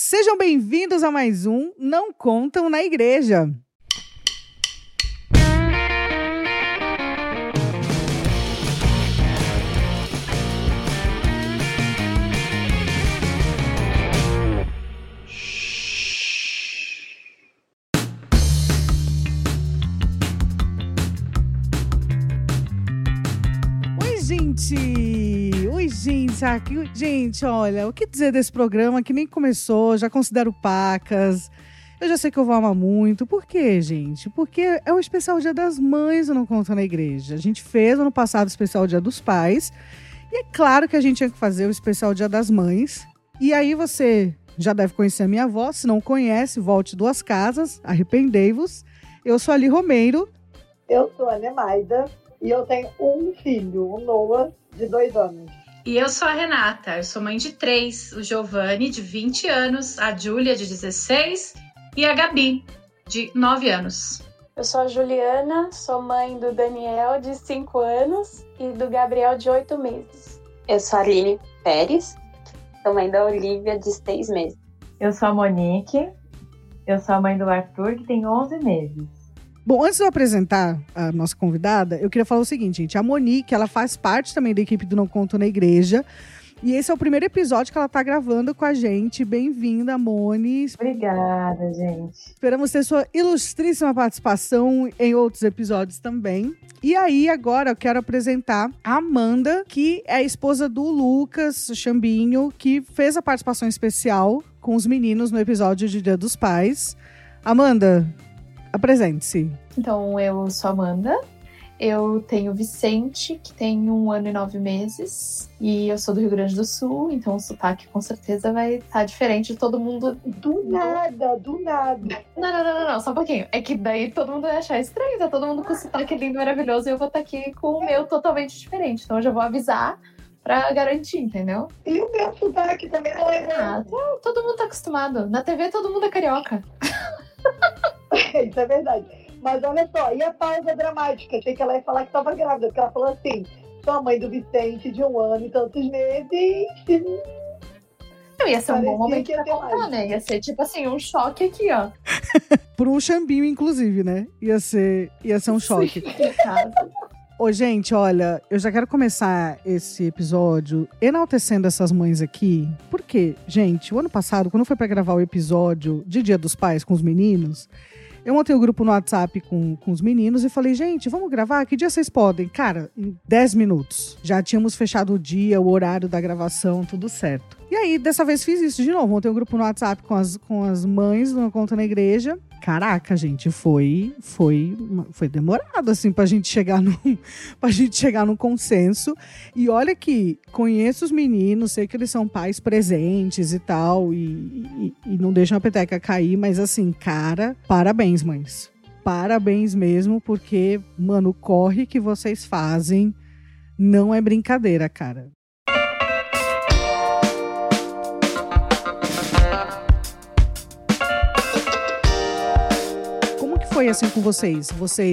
Sejam bem-vindos a mais um Não Contam na Igreja. Gente, olha, o que dizer desse programa que nem começou, já considero pacas, eu já sei que eu vou amar muito. Por quê, gente? Porque é o especial Dia das Mães, eu Não Conto na Igreja. A gente fez ano passado o especial Dia dos Pais, e é claro que a gente tinha que fazer o especial Dia das Mães. E aí você já deve conhecer a minha voz, se não conhece, volte duas casas, arrependei-vos. Eu sou a Ali Romeiro. Eu sou a Nemaida e eu tenho um filho, o Noah, de 2 anos. E eu sou a Renata, eu sou mãe de 3, o Giovanni, de 20 anos, a Júlia, de 16, e a Gabi, de 9 anos. Eu sou a Juliana, sou mãe do Daniel, de 5 anos, e do Gabriel, de 8 meses. Eu sou a Aline Pérez, sou mãe da Olivia, de 6 meses. Eu sou a Monique, eu sou a mãe do Arthur, que tem 11 meses. Bom, antes de eu apresentar a nossa convidada, eu queria falar o seguinte, gente. A Monique, ela faz parte também da equipe do Não Conto na Igreja. E esse é o primeiro episódio que ela tá gravando com a gente. Bem-vinda, Moni. Obrigada, gente. Esperamos ter sua ilustríssima participação em outros episódios também. E aí, agora, eu quero apresentar a Amanda, que é a esposa do Lucas Chambinho, que fez a participação especial com os meninos no episódio de Dia dos Pais. Amanda, apresente-se. Então, eu sou a Amanda, eu tenho o Vicente, que tem 1 ano e 9 meses, e eu sou do Rio Grande do Sul, então o sotaque com certeza vai estar diferente de todo mundo. Do nada. Não, só um pouquinho. É que daí todo mundo vai achar estranho, tá todo mundo com sotaque lindo, maravilhoso, e eu vou estar aqui com o meu totalmente diferente, então eu já vou avisar pra garantir, entendeu? E o meu sotaque também não é nada. Todo mundo tá acostumado. Na TV todo mundo é carioca. Isso é verdade. Mas olha só, e a pausa dramática? Achei que ela ia falar que estava grávida, porque ela falou assim: sou a mãe do Vicente, de 1 ano e tantos meses. Não, ia ser um bom momento pra contar, né? Ia ser tipo assim, um choque aqui, ó. Por um chambinho, inclusive, né? Ia ser um choque. Ô, gente, olha, eu já quero começar esse episódio enaltecendo essas mães aqui. Porque, gente, o ano passado, quando foi pra gravar o episódio de Dia dos Pais com os meninos, eu montei um grupo no WhatsApp com os meninos e falei, gente, vamos gravar? Que dia vocês podem? Cara, em 10 minutos. Já tínhamos fechado o dia, o horário da gravação, tudo certo. E aí, dessa vez fiz isso de novo. Montei um grupo no WhatsApp com as mães do Não Conta na Igreja. Caraca, gente, foi demorado, assim, pra gente chegar num consenso. E olha que conheço os meninos, sei que eles são pais presentes e tal, e não deixam a peteca cair, mas assim, cara, parabéns, mães. Parabéns mesmo, porque, mano, o corre que vocês fazem não é brincadeira, cara. Foi assim com vocês?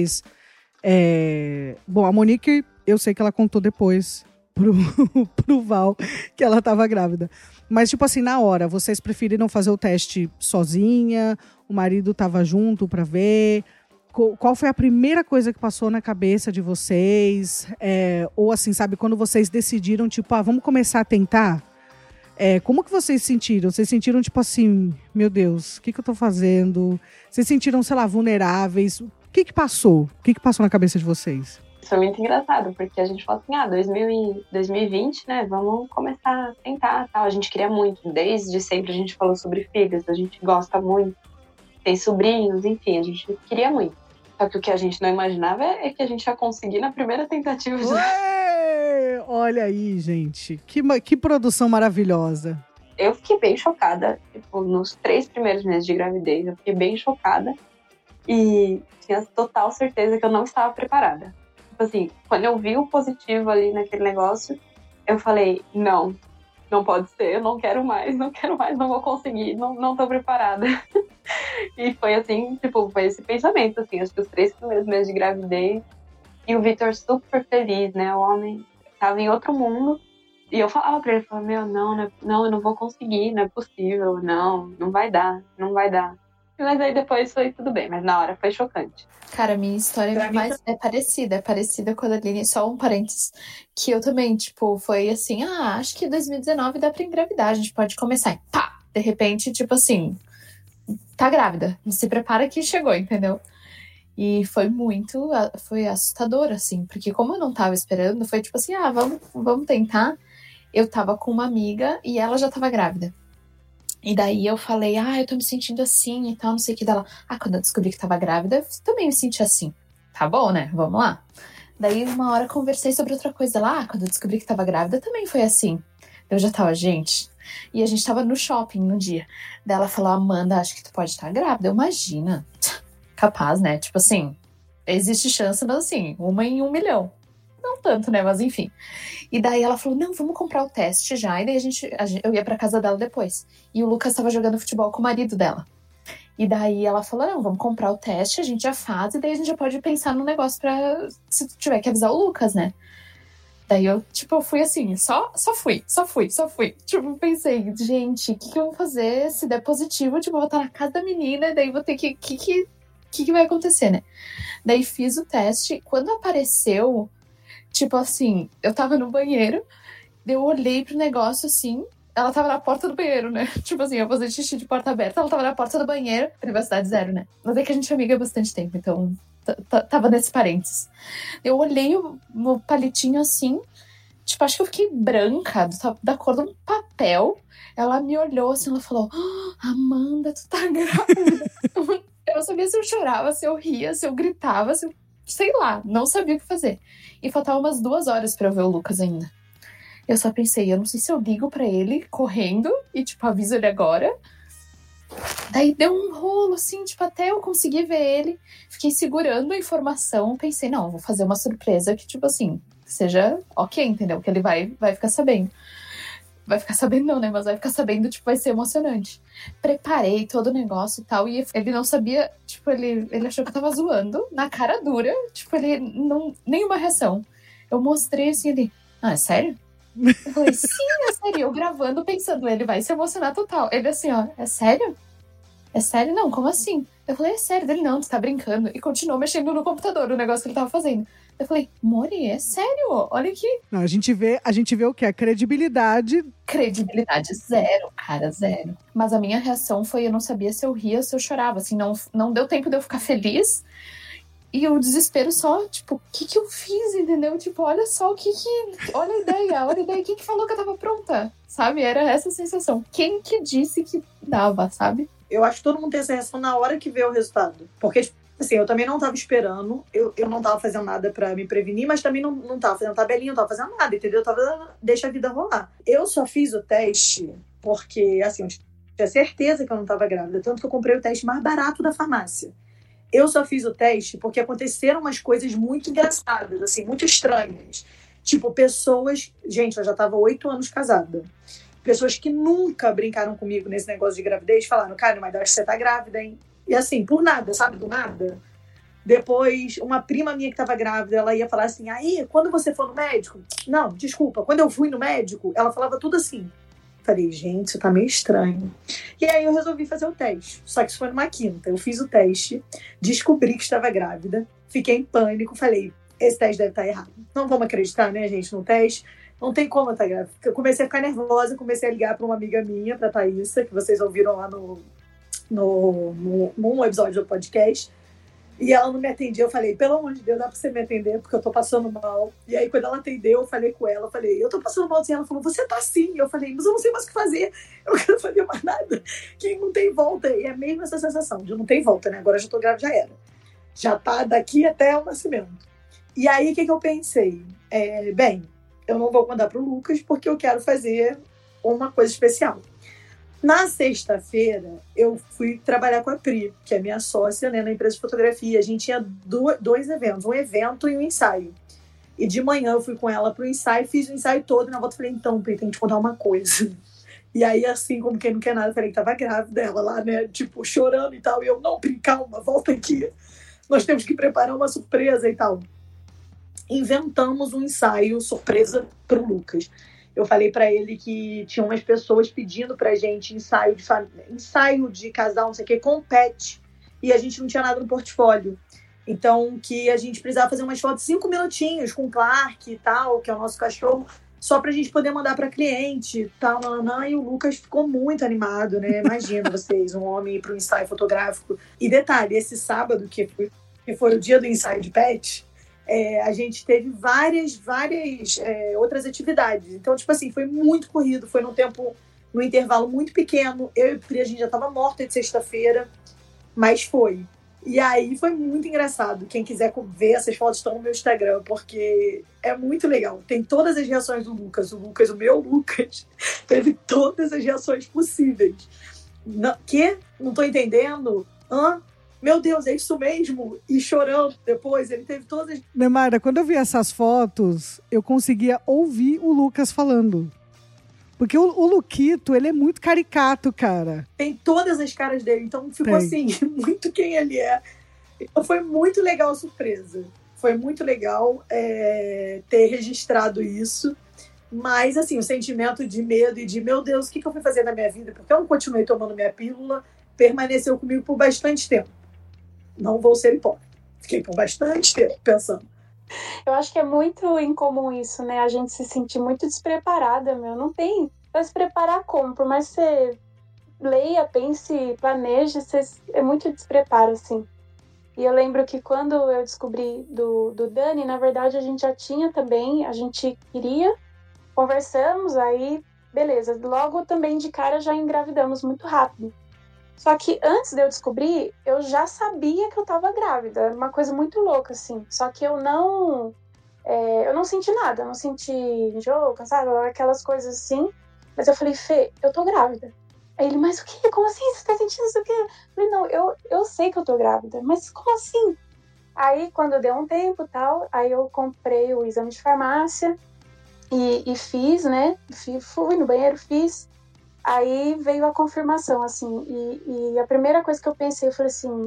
Bom, a Monique, eu sei que ela contou depois pro Val que ela tava grávida. Mas, tipo assim, na hora, vocês preferiram fazer o teste sozinha? O marido tava junto pra ver? Qual foi a primeira coisa que passou na cabeça de vocês? Ou assim, sabe, quando vocês decidiram, tipo, vamos começar a tentar? Como que vocês sentiram? Vocês sentiram, tipo assim, meu Deus, o que eu tô fazendo? Vocês sentiram, sei lá, vulneráveis? O que passou? O que passou na cabeça de vocês? Foi muito engraçado, porque a gente falou assim, 2020, né, vamos começar a tentar, tal. A gente queria muito, desde sempre a gente falou sobre filhos, a gente gosta muito, tem sobrinhos, enfim, a gente queria muito. Só que o que a gente não imaginava é que a gente ia conseguir na primeira tentativa. Olha aí, gente. Que produção maravilhosa. Eu fiquei bem chocada. Tipo, nos 3 primeiros meses de gravidez, eu fiquei bem chocada. E tinha total certeza que eu não estava preparada. Tipo assim, quando eu vi o positivo ali naquele negócio, eu falei, não pode ser, eu não quero mais, não vou conseguir, não tô preparada. E foi assim, tipo, foi esse pensamento, assim, acho que os 3 primeiros meses de gravidez. E o Vitor super feliz, né? O homem tava em outro mundo. E eu falava pra ele, não, eu não vou conseguir, não é possível, não vai dar. Mas aí depois foi tudo bem, mas na hora foi chocante. Cara, minha história é parecida com a da Aline, só um parênteses, que eu também, tipo, foi assim, acho que 2019 dá pra engravidar, a gente pode começar, e pá, de repente, tipo assim, tá grávida, se prepara que chegou, entendeu? E foi assustador, assim, porque como eu não tava esperando, foi tipo assim, vamos tentar. Eu tava com uma amiga e ela já tava grávida. E daí eu falei, eu tô me sentindo assim e tal, não sei o que dela. Quando eu descobri que tava grávida, eu também me senti assim. Tá bom, né? Vamos lá. Daí uma hora conversei sobre outra coisa lá. Quando eu descobri que tava grávida, também foi assim. Eu já tava, gente. E a gente tava no shopping no dia. Daí ela falou, Amanda, acho que tu pode estar grávida. Eu imagina. Capaz, né? Tipo assim, existe chance, mas assim, 1 em 1 milhão. Não tanto, né? Mas enfim. E daí ela falou, não, vamos comprar o teste já. E daí eu ia pra casa dela depois. E o Lucas tava jogando futebol com o marido dela. E daí ela falou, não, vamos comprar o teste, a gente já faz. E daí a gente já pode pensar no negócio pra... Se tu tiver que avisar o Lucas, né? Daí eu, eu fui assim, só fui. Tipo, pensei, gente, o que eu vou fazer se der positivo? Tipo, eu vou estar na casa da menina, daí vou ter que... O que vai acontecer, né? Daí fiz o teste. Quando apareceu... Tipo assim, eu tava no banheiro, eu olhei pro negócio assim, ela tava na porta do banheiro, né? Tipo assim, eu fazia xixi de porta aberta, ela tava na porta do banheiro, privacidade zero, né? Mas é que a gente é amiga há bastante tempo, então tava nesse parênteses. Eu olhei o palitinho assim, tipo, acho que eu fiquei branca, da cor de um papel. Ela me olhou assim, ela falou, Amanda, tu tá grávida. Eu não sabia se eu chorava, se eu ria, se eu gritava, se eu... Sei lá, não sabia o que fazer. E faltava umas 2 horas pra eu ver o Lucas ainda. Eu só pensei, eu não sei se eu ligo pra ele correndo e, aviso ele agora. Daí deu um rolo, assim, até eu conseguir ver ele. Fiquei segurando a informação. Pensei, não, vou fazer uma surpresa que, seja ok, entendeu? Que ele vai ficar sabendo. Vai ficar sabendo não, né? Mas vai ficar sabendo, vai ser emocionante. Preparei todo o negócio e tal, e ele não sabia, ele achou que eu tava zoando, na cara dura, ele não... Nenhuma reação. Eu mostrei assim, ele... é sério? Eu falei, sim, é sério. Eu gravando, pensando, ele vai se emocionar total. Ele assim, é sério? É sério? Não, como assim? Eu falei, é sério. Ele, não, tu tá brincando. E continuou mexendo no computador, o negócio que ele tava fazendo. Eu falei, Mori, é sério? Olha aqui. Não, a gente vê o quê? A credibilidade. Credibilidade zero, cara, zero. Mas a minha reação foi, eu não sabia se eu ria ou se eu chorava. Assim, não deu tempo de eu ficar feliz. E o desespero só, o que eu fiz, entendeu? Olha só, olha a ideia. Quem que falou que eu tava pronta? Sabe? Era essa sensação. Quem que disse que dava, sabe? Eu acho que todo mundo tem essa reação na hora que vê o resultado. Porque, assim, eu também não tava esperando, eu não tava fazendo nada pra me prevenir, mas também não tava fazendo tabelinha, não tava fazendo nada, entendeu? Eu tava, deixa a vida rolar. Eu só fiz o teste porque, assim, eu tinha certeza que eu não tava grávida, tanto que eu comprei o teste mais barato da farmácia. Eu só fiz o teste porque aconteceram umas coisas muito engraçadas, assim, muito estranhas. Pessoas... Gente, eu já tava 8 anos casada. Pessoas que nunca brincaram comigo nesse negócio de gravidez falaram, cara, mas acho que você tá grávida, hein? E assim, por nada, sabe? Do nada. Depois, uma prima minha que tava grávida, ela ia falar assim, aí, quando você for no médico... Não, desculpa, quando eu fui no médico, ela falava tudo assim. Falei, gente, isso tá meio estranho. E aí eu resolvi fazer o teste. Só que isso foi numa quinta. Eu fiz o teste, descobri que estava grávida, fiquei em pânico, falei, esse teste deve estar errado. Não vamos acreditar, né, gente, no teste. Não tem como eu estar grávida. Eu comecei a ficar nervosa, comecei a ligar para uma amiga minha, pra Thaísa, que vocês ouviram lá num episódio do podcast. E ela não me atendia, eu falei, pelo amor de Deus, dá pra você me atender, porque eu tô passando mal. E aí, quando ela atendeu, eu falei com ela, eu falei, eu tô passando mal, assim. Ela falou, você tá sim. Eu falei, mas eu não sei mais o que fazer, eu não quero fazer mais nada, que não tem volta. E é mesmo essa sensação de não tem volta, né? Agora eu já tô grávida, já era. Já tá daqui até o nascimento. E aí, o que eu pensei? Bem, eu não vou mandar pro Lucas, porque eu quero fazer uma coisa especial. Na sexta-feira, eu fui trabalhar com a Pri, que é minha sócia, né, na empresa de fotografia. A gente tinha 2 eventos, um evento e um ensaio. E de manhã eu fui com ela pro ensaio, fiz o ensaio todo, e na volta falei, então, Pri, tem que te contar uma coisa. E aí, assim, como quem não quer nada, eu falei que tava grávida, ela lá, né, chorando e tal. E eu, não, Pri, calma, volta aqui. Nós temos que preparar uma surpresa e tal. Inventamos um ensaio surpresa pro Lucas. eu falei pra ele que tinha umas pessoas pedindo pra gente ensaio de casal, não sei o que, com pet, e a gente não tinha nada no portfólio. Então, que a gente precisava fazer umas fotos 5 minutinhos com o Clark e tal, que é o nosso cachorro, só pra gente poder mandar pra cliente e tal, e o Lucas ficou muito animado, né? Imagina vocês, um homem ir pro ensaio fotográfico. E detalhe, esse sábado, que foi o dia do ensaio de pet, a gente teve várias outras atividades. Então, tipo assim, foi muito corrido, foi num intervalo muito pequeno. Eu e o Pri, a gente já tava morta de sexta-feira, mas foi. E aí foi muito engraçado. Quem quiser ver essas fotos estão no meu Instagram, porque é muito legal. Tem todas as reações do Lucas. O meu Lucas, teve todas as reações possíveis. Não tô entendendo? Meu Deus, é isso mesmo? E chorando depois, ele teve todas as... Neymar, quando eu vi essas fotos, eu conseguia ouvir o Lucas falando. Porque o Luquito, ele é muito caricato, cara. Tem todas as caras dele, então ficou assim, muito quem ele é. Então foi muito legal a surpresa. Foi muito legal ter registrado isso. Mas, assim, o sentimento de medo e de, meu Deus, o que eu fui fazer na minha vida? Porque eu não continuei tomando minha pílula, permaneceu comigo por bastante tempo. Não vou ser hipócrita. Fiquei por bastante tempo pensando. Eu acho que é muito incomum isso, né? A gente se sentir muito despreparada, não tem. Vai se preparar como? Por mais que você leia, pense, planeje, é muito despreparo, assim. E eu lembro que quando eu descobri do Dani, na verdade a gente já tinha também, a gente queria, conversamos, aí beleza. Logo também de cara já engravidamos muito rápido. Só que antes de eu descobrir, eu já sabia que eu tava grávida. Era uma coisa muito louca, assim. Só que eu não senti nada. Eu não senti enjoo, cansado, aquelas coisas assim. Mas eu falei, Fê, eu tô grávida. Aí ele, mas o quê? Como assim? Você tá sentindo isso aqui? Eu falei, não, eu sei que eu tô grávida. Mas como assim? Aí, quando deu um tempo e tal, aí eu comprei o exame de farmácia e fiz, né? Fui no banheiro, fiz. Aí veio a confirmação, assim, e a primeira coisa que eu pensei, eu falei assim,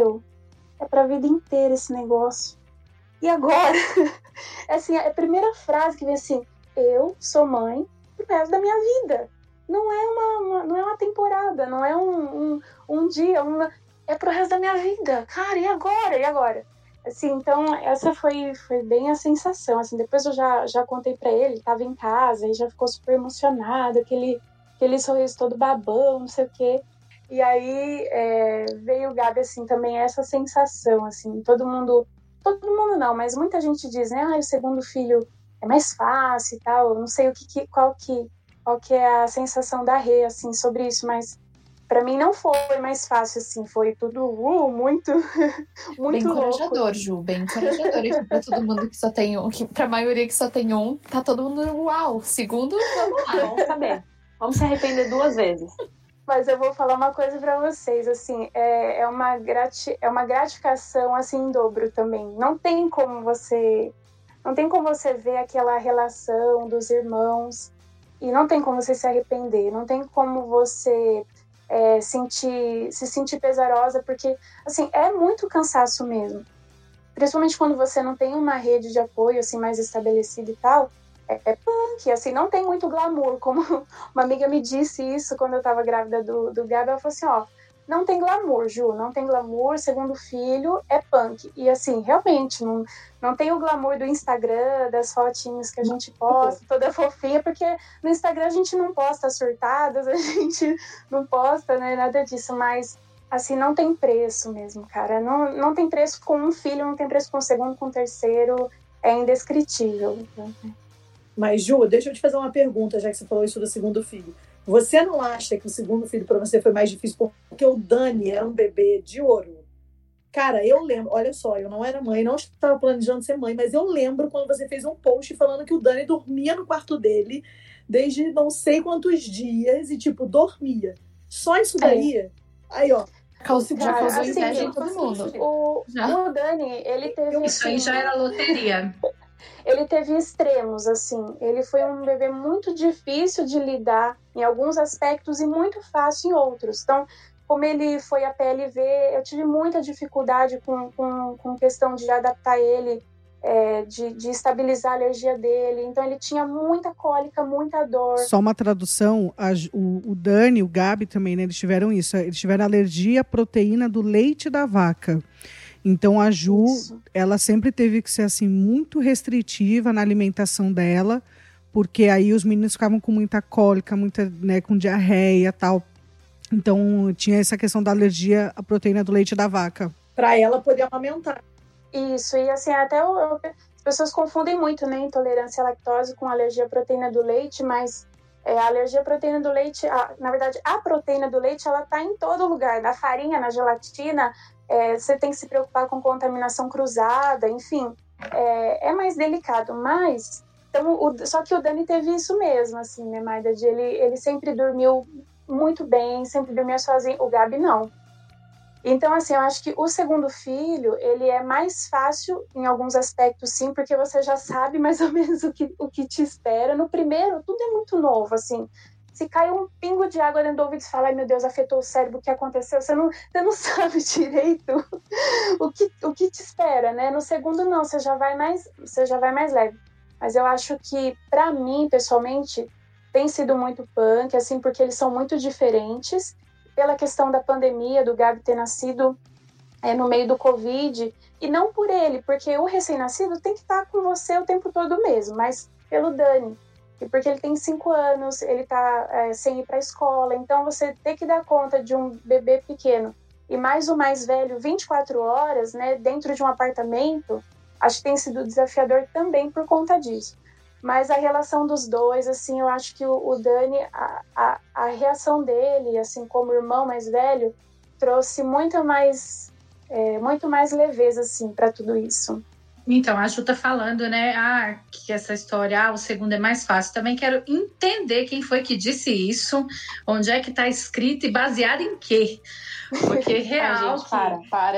é pra vida inteira esse negócio. E agora? Assim, a primeira frase que veio assim, eu sou mãe pro resto da minha vida. Não é uma temporada, não é um dia, é pro resto da minha vida. Cara, e agora? E agora? Assim, então, essa foi bem a sensação, assim, depois eu já contei pra ele tava em casa, e já ficou super emocionado, aquele sorriso todo babão, não sei o quê. E aí veio o Gabi, assim, também essa sensação, assim, todo mundo não, mas muita gente diz, né, o segundo filho é mais fácil e tal, eu não sei qual que é a sensação da Rê, assim, sobre isso, mas pra mim não foi mais fácil, assim, foi tudo muito bem louco. Encorajador, Ju, bem encorajador. E pra todo mundo que só tem um, pra maioria que só tem um, tá todo mundo uau, segundo, vamos lá. Vamos saber. Vamos se arrepender 2 vezes. Mas eu vou falar uma coisa pra vocês, assim, é uma gratificação, assim, em dobro também. Não tem como você ver aquela relação dos irmãos e não tem como você se arrepender, não tem como você se sentir pesarosa, porque, assim, é muito cansaço mesmo. Principalmente quando você não tem uma rede de apoio, assim, mais estabelecida e tal, é punk, assim, não tem muito glamour, como uma amiga me disse isso quando eu tava grávida do Gabi, ela falou assim, não tem glamour, Ju, não tem glamour, segundo filho é punk, e assim, realmente, não tem o glamour do Instagram, das fotinhas que a gente posta, toda fofinha, porque no Instagram a gente não posta surtadas, a gente não posta, né, nada disso, mas assim, não tem preço mesmo, cara, não tem preço com um filho, não tem preço com o segundo, com o terceiro, é indescritível, né? Mas, Ju, deixa eu te fazer uma pergunta, já que você falou isso do segundo filho. Você não acha que o segundo filho para você foi mais difícil porque o Dani era um bebê de ouro? Cara, eu lembro, olha só, eu não era mãe, não estava planejando ser mãe, mas eu lembro quando você fez um post falando que o Dani dormia no quarto dele desde não sei quantos dias e, tipo, dormia. Só isso daí? Aí, ó. Já causou inveja em todo mundo. O Dani, ele teve... Isso aí já era loteria. Ele teve extremos, assim. Ele foi um bebê muito difícil de lidar em alguns aspectos e muito fácil em outros. Então, como ele foi a PLV, eu tive muita dificuldade com questão de adaptar ele de estabilizar a alergia dele. Então ele tinha muita cólica, muita dor. Só uma tradução, o Dani, o Gabi também, né, eles tiveram isso, eles tiveram alergia à proteína do leite da vaca. Então a Ju, ela sempre teve que ser assim muito restritiva na alimentação dela, porque aí os meninos ficavam com muita cólica, muita, né, com diarreia e tal. Então tinha essa questão da alergia à proteína do leite da vaca. Para ela poder amamentar. Isso, e assim, até as pessoas confundem muito, né, intolerância à lactose com alergia à proteína do leite, mas a alergia à proteína do leite, na verdade, a proteína do leite, ela tá em todo lugar, na farinha, na gelatina, você tem que se preocupar com contaminação cruzada, enfim, é mais delicado, mas, então, só que o Dani teve isso mesmo, assim, né, Maida, ele sempre dormiu muito bem, sempre dormia sozinho, o Gabi não. Então, assim, eu acho que o segundo filho, ele é mais fácil em alguns aspectos, sim, porque você já sabe mais ou menos o que te espera. No primeiro, tudo é muito novo, assim. Se cai um pingo de água dentro do ouvido e fala, ai meu Deus, afetou o cérebro, o que aconteceu? Você não sabe direito o que te espera, né? No segundo, não, você já vai mais leve. Mas eu acho que, pra mim, pessoalmente, tem sido muito punk, assim, porque eles são muito diferentes. Pela questão da pandemia, do Gabi ter nascido no meio do Covid, e não por ele, porque o recém-nascido tem que estar com você o tempo todo mesmo, mas pelo Dani, e porque ele tem 5 anos, ele está sem ir para a escola, então você ter que dar conta de um bebê pequeno, e mais o mais velho, 24 horas, né, dentro de um apartamento, acho que tem sido desafiador também por conta disso. Mas a relação dos dois, assim, eu acho que o Dani, a reação dele, assim, como irmão mais velho, trouxe muito mais leveza, assim, para tudo isso. Então, a Ju tá falando, né, que essa história, o segundo é mais fácil. Também quero entender quem foi que disse isso, onde é que tá escrito e baseado em quê? Porque real... gente, para.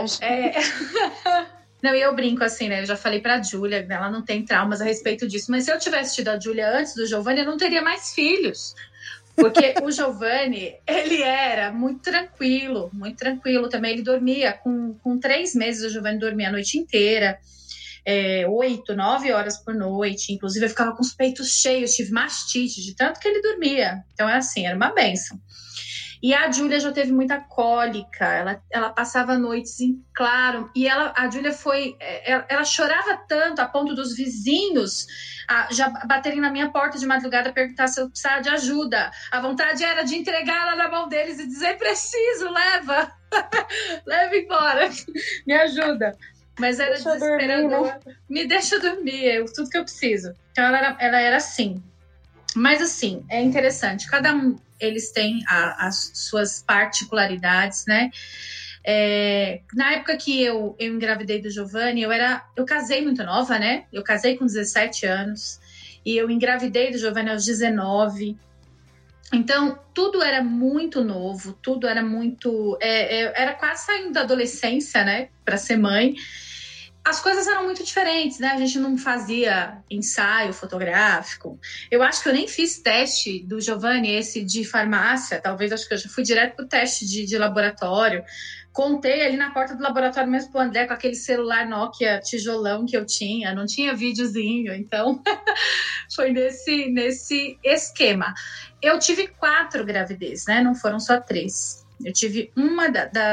Não, e eu brinco assim, né? Eu já falei pra Júlia, ela não tem traumas a respeito disso, mas se eu tivesse tido a Júlia antes do Giovanni, eu não teria mais filhos. Porque o Giovanni, ele era muito tranquilo também. Ele dormia com 3 meses, o Giovanni dormia a noite inteira, 8, 9 horas por noite. Inclusive, eu ficava com os peitos cheios, tive mastite, de tanto que ele dormia. Então, é assim, era uma bênção. E a Júlia já teve muita cólica, ela passava noites em claro, e a Júlia ela chorava tanto a ponto dos vizinhos já baterem na minha porta de madrugada, perguntar se eu precisava de ajuda. A vontade era de entregar ela na mão deles e dizer, preciso, leva, leva embora, me ajuda. Mas era desesperador, me deixa dormir, tudo que eu preciso. Então ela era assim. Mas assim, é interessante, cada um, eles têm as suas particularidades, né? Na época que eu engravidei do Giovanni, eu casei muito nova, né? Eu casei com 17 anos e eu engravidei do Giovanni aos 19. Então, tudo era muito novo, tudo era muito... era quase saindo da adolescência, né? Para ser mãe. As coisas eram muito diferentes, né? A gente não fazia ensaio fotográfico. Eu acho que eu nem fiz teste do Giovanni, esse de farmácia. Talvez, acho que eu já fui direto pro teste de laboratório. Contei ali na porta do laboratório mesmo pro André, com aquele celular Nokia tijolão que eu tinha. Não tinha videozinho, então foi nesse esquema. Eu tive 4 gravidezes, né? Não foram só 3. Eu tive uma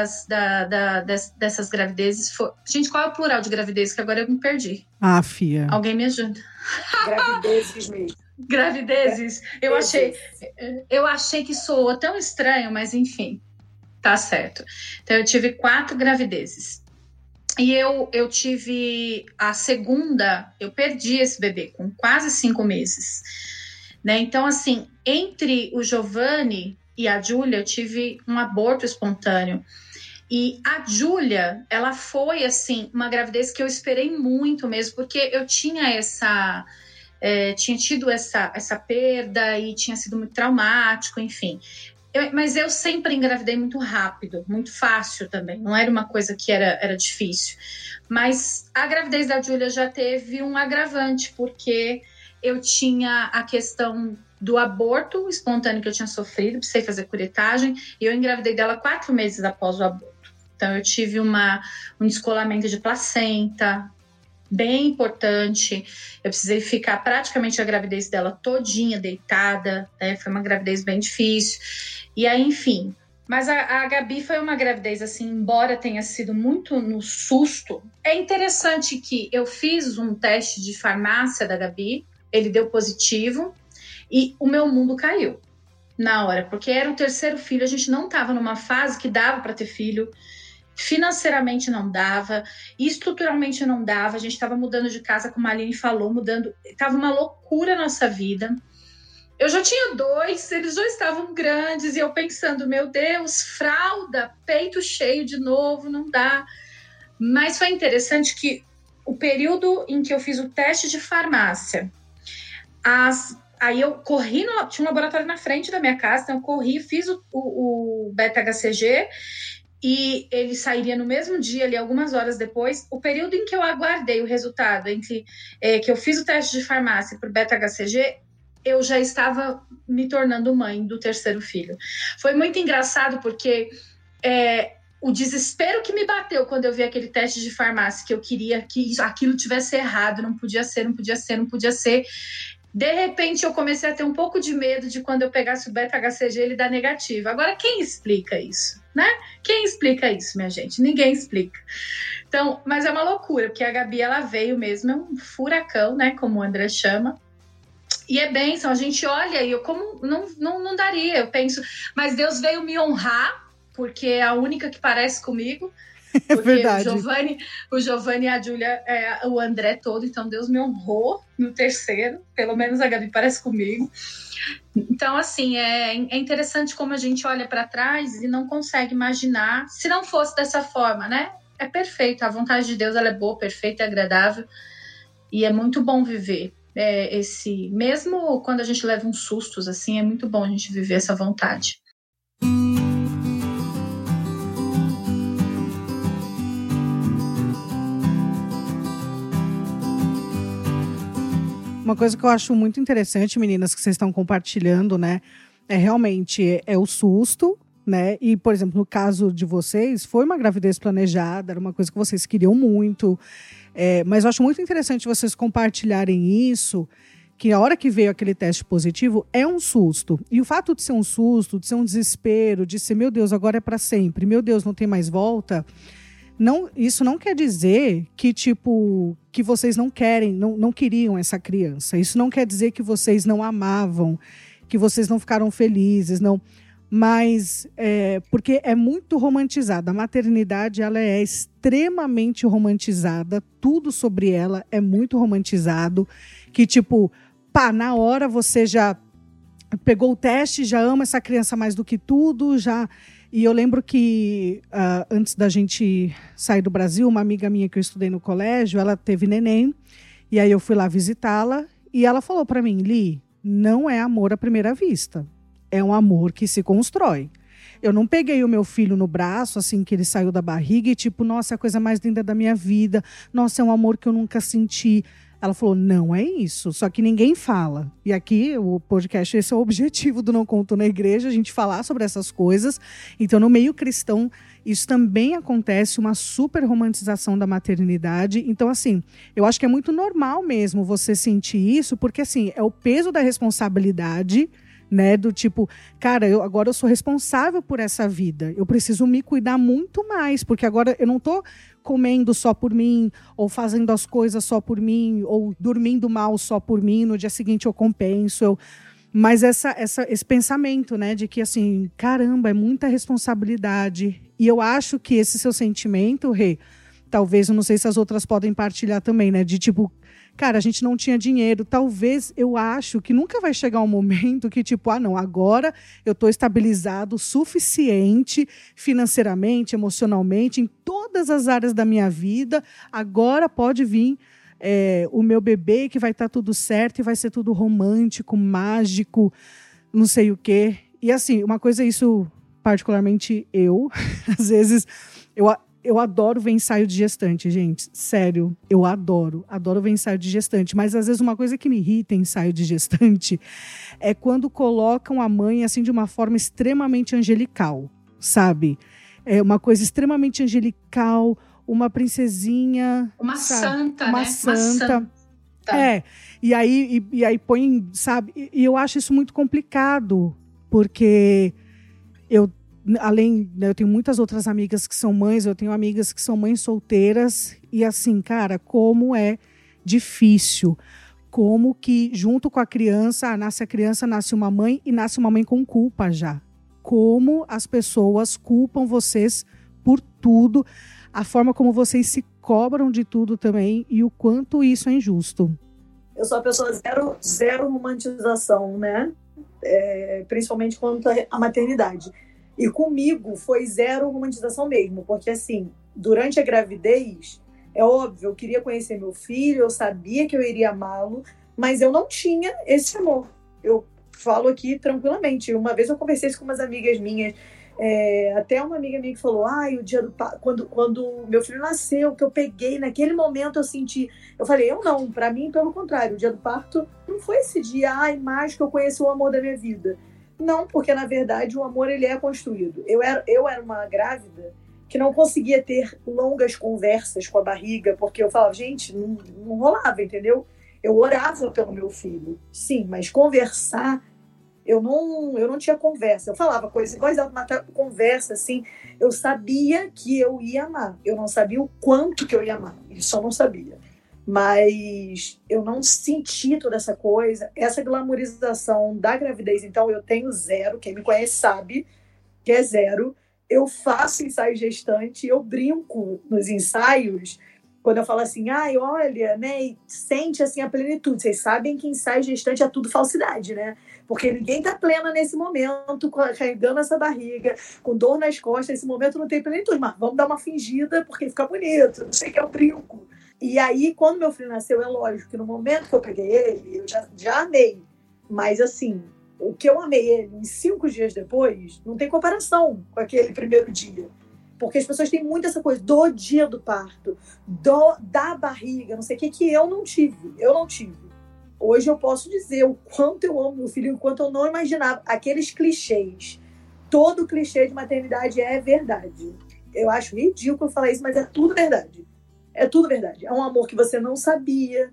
dessas gravidezes. Gente, qual é o plural de gravidez? Que agora eu me perdi. Fia. Alguém me ajuda. Gravidezes mesmo. Gravidezes. Eu achei que soou tão estranho, mas enfim, tá certo. Então eu tive 4 gravidezes. E eu tive a segunda, eu perdi esse bebê com quase 5 meses. Né? Então, assim, entre o Giovanni e a Júlia, eu tive um aborto espontâneo. E a Júlia, ela foi, assim, uma gravidez que eu esperei muito mesmo, porque eu tinha tinha tido essa perda e tinha sido muito traumático, enfim. Mas eu sempre engravidei muito rápido, muito fácil também. Não era uma coisa que era difícil. Mas a gravidez da Júlia já teve um agravante, porque eu tinha a questão do aborto espontâneo que eu tinha sofrido, precisei fazer curetagem, e eu engravidei dela 4 meses após o aborto. Então, eu tive um descolamento de placenta, bem importante. Eu precisei ficar praticamente a gravidez dela todinha deitada, né? Foi uma gravidez bem difícil. E aí, enfim. Mas a Gabi foi uma gravidez, assim, embora tenha sido muito no susto. É interessante que eu fiz um teste de farmácia da Gabi, ele deu positivo e o meu mundo caiu na hora, porque era o terceiro filho, a gente não estava numa fase que dava para ter filho, financeiramente não dava, estruturalmente não dava, a gente estava mudando de casa, como a Aline falou, estava uma loucura a nossa vida. Eu já tinha 2, eles já estavam grandes, e eu pensando, meu Deus, fralda, peito cheio de novo, não dá. Mas foi interessante que o período em que eu fiz o teste de farmácia, aí eu corri, tinha um laboratório na frente da minha casa, então eu corri, fiz o beta-HCG, e ele sairia no mesmo dia, ali, algumas horas depois. O período em que eu aguardei o resultado, entre que eu fiz o teste de farmácia para o beta-HCG, eu já estava me tornando mãe do terceiro filho. Foi muito engraçado, porque o desespero que me bateu quando eu vi aquele teste de farmácia, que eu queria que aquilo tivesse errado, não podia ser. De repente, eu comecei a ter um pouco de medo de quando eu pegasse o beta-HCG, ele dar negativo. Agora, quem explica isso, né? Quem explica isso, minha gente? Ninguém explica. Então, mas é uma loucura, porque a Gabi, ela veio mesmo, é um furacão, né? Como o André chama. E é bênção, a gente olha e eu como não daria, eu penso, mas Deus veio me honrar, porque é a única que parece comigo, porque verdade. o Giovanni e a Júlia, o André todo, então Deus me honrou no terceiro, pelo menos a Gabi parece comigo. Então, assim, é interessante como a gente olha para trás e não consegue imaginar, se não fosse dessa forma, né? É perfeito, a vontade de Deus, ela é boa, perfeita e agradável, e é muito bom viver. Mesmo quando a gente leva uns sustos, assim, é muito bom a gente viver essa vontade. Uma coisa que eu acho muito interessante, meninas, que vocês estão compartilhando, né? Realmente o susto, né? E, por exemplo, no caso de vocês, foi uma gravidez planejada, era uma coisa que vocês queriam muito. Mas eu acho muito interessante vocês compartilharem isso, que a hora que veio aquele teste positivo é um susto. E o fato de ser um susto, de ser um desespero, de ser, meu Deus, agora é para sempre, meu Deus, não tem mais volta, isso não quer dizer que, que vocês não queriam essa criança. Isso não quer dizer que vocês não amavam, que vocês não ficaram felizes, não. Mas porque é muito romantizada. A maternidade, ela é extremamente romantizada. Tudo sobre ela é muito romantizado. Que na hora você já pegou o teste, já ama essa criança mais do que tudo, já... E eu lembro que antes da gente sair do Brasil, uma amiga minha que eu estudei no colégio, ela teve neném, e aí eu fui lá visitá-la, e ela falou para mim, Li, não é amor à primeira vista. É um amor que se constrói. Eu não peguei o meu filho no braço, assim, que ele saiu da barriga e nossa, é a coisa mais linda da minha vida. Nossa, é um amor que eu nunca senti. Ela falou, não é isso. Só que ninguém fala. E aqui, o podcast, esse é o objetivo do Não Conto na Igreja, a gente falar sobre essas coisas. Então, no meio cristão, isso também acontece, uma super romantização da maternidade. Então, assim, eu acho que é muito normal mesmo você sentir isso, porque, assim, é o peso da responsabilidade, né, do cara, agora eu sou responsável por essa vida, eu preciso me cuidar muito mais, porque agora eu não tô comendo só por mim, ou fazendo as coisas só por mim, ou dormindo mal só por mim, no dia seguinte eu compenso, mas esse pensamento, né, de que assim, caramba, é muita responsabilidade, e eu acho que esse seu sentimento, Rê, talvez, eu não sei se as outras podem partilhar também, né, de cara, a gente não tinha dinheiro. Talvez, eu acho que nunca vai chegar um momento que, não, agora eu estou estabilizado o suficiente financeiramente, emocionalmente, em todas as áreas da minha vida. Agora pode vir o meu bebê, que vai estar tudo certo e vai ser tudo romântico, mágico, não sei o quê. E assim, uma coisa, isso particularmente às vezes, eu adoro ver ensaio de gestante, gente. Sério, eu adoro ver ensaio de gestante. Mas, às vezes, uma coisa que me irrita em ensaio de gestante é quando colocam a mãe, assim, de uma forma extremamente angelical, sabe? É uma coisa extremamente angelical, uma princesinha. Uma santa, uma né? santa. E aí põe, sabe? E eu acho isso muito complicado, porque eu tenho muitas outras amigas que são mães, eu tenho amigas que são mães solteiras, e assim, cara, como é difícil. Como que, junto com a criança, nasce uma mãe e nasce uma mãe com culpa já. Como as pessoas culpam vocês por tudo, a forma como vocês se cobram de tudo também e o quanto isso é injusto. Eu sou a pessoa zero romantização, né? Principalmente quanto à maternidade. E comigo foi zero romantização mesmo, porque assim, durante a gravidez, é óbvio, eu queria conhecer meu filho, eu sabia que eu iria amá-lo, mas eu não tinha esse amor. Eu falo aqui tranquilamente. Uma vez eu conversei isso com umas amigas minhas, até uma amiga minha que falou, o dia do quando meu filho nasceu, que eu peguei, naquele momento eu senti, eu falei, eu não, pra mim pelo contrário, o dia do parto não foi esse dia, mágico, eu conheci o amor da minha vida. Não, porque na verdade o amor ele é construído. Eu era uma grávida que não conseguia ter longas conversas com a barriga, porque eu falava, gente, não rolava, entendeu? Eu orava pelo meu filho, sim, mas conversar, eu não tinha conversa. Eu falava coisa uma conversa, assim, eu sabia que eu ia amar, eu não sabia o quanto que eu ia amar, isso eu não sabia. Mas eu não senti toda essa coisa, essa glamorização da gravidez. Então eu tenho zero, quem me conhece sabe que é zero. Eu faço ensaio gestante, eu brinco nos ensaios, quando eu falo assim, olha, né, e sente assim a plenitude. Vocês sabem que ensaio gestante é tudo falsidade, né? Porque ninguém tá plena nesse momento, carregando essa barriga, com dor nas costas, nesse momento não tem plenitude, mas vamos dar uma fingida porque fica bonito, não sei o que, eu brinco. E aí, quando meu filho nasceu, é lógico que no momento que eu peguei ele, eu já amei. Mas, assim, o que eu amei ele em 5 dias depois, não tem comparação com aquele primeiro dia. Porque as pessoas têm muito essa coisa do dia do parto, da barriga, não sei o que eu não tive. Hoje eu posso dizer o quanto eu amo meu filho, o quanto eu não imaginava. Aqueles clichês, todo clichê de maternidade é verdade. Eu acho ridículo falar isso, mas é tudo verdade. É tudo verdade. É um amor que você não sabia,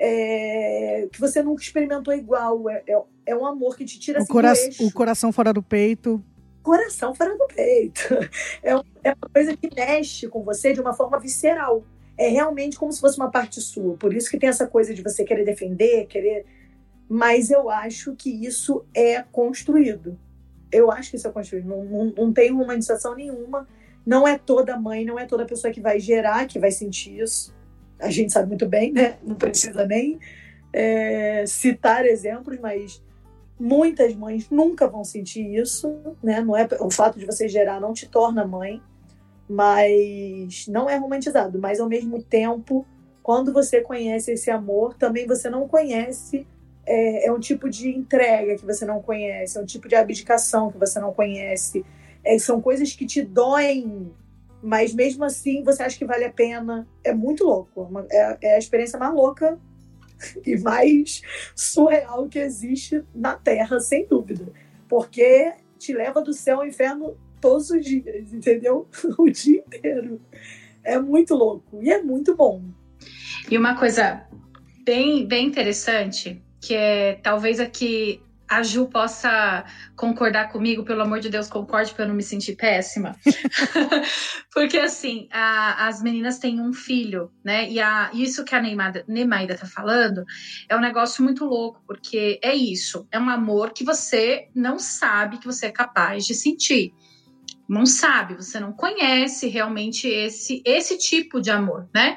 que você nunca experimentou igual. É um amor que te tira assim do eixo. O coração fora do peito. Coração fora do peito. É uma coisa que mexe com você de uma forma visceral. É realmente como se fosse uma parte sua. Por isso que tem essa coisa de você querer defender, Mas eu acho que isso é construído. Eu acho que isso é construído. Não tem humanização nenhuma. Não é toda mãe, não é toda pessoa que vai gerar, que vai sentir isso. A gente sabe muito bem, né? Não precisa nem citar exemplos, mas muitas mães nunca vão sentir isso, né? Não é, o fato de você gerar não te torna mãe, mas não é romantizado. Mas, ao mesmo tempo, quando você conhece esse amor, também você não conhece, é um tipo de entrega que você não conhece, é um tipo de abdicação que você não conhece. São coisas que te doem, mas mesmo assim você acha que vale a pena. É muito louco. É a experiência mais louca e mais surreal que existe na Terra, sem dúvida. Porque te leva do céu ao inferno todos os dias, entendeu? O dia inteiro. É muito louco e é muito bom. E uma coisa bem, bem interessante, que é talvez aqui a Ju possa concordar comigo, pelo amor de Deus, concorde para eu não me sentir péssima. Porque, assim, as meninas têm um filho, né? E isso que a Nemaida tá falando é um negócio muito louco, porque é isso, é um amor que você não sabe que você é capaz de sentir. Não sabe, você não conhece realmente esse tipo de amor, né?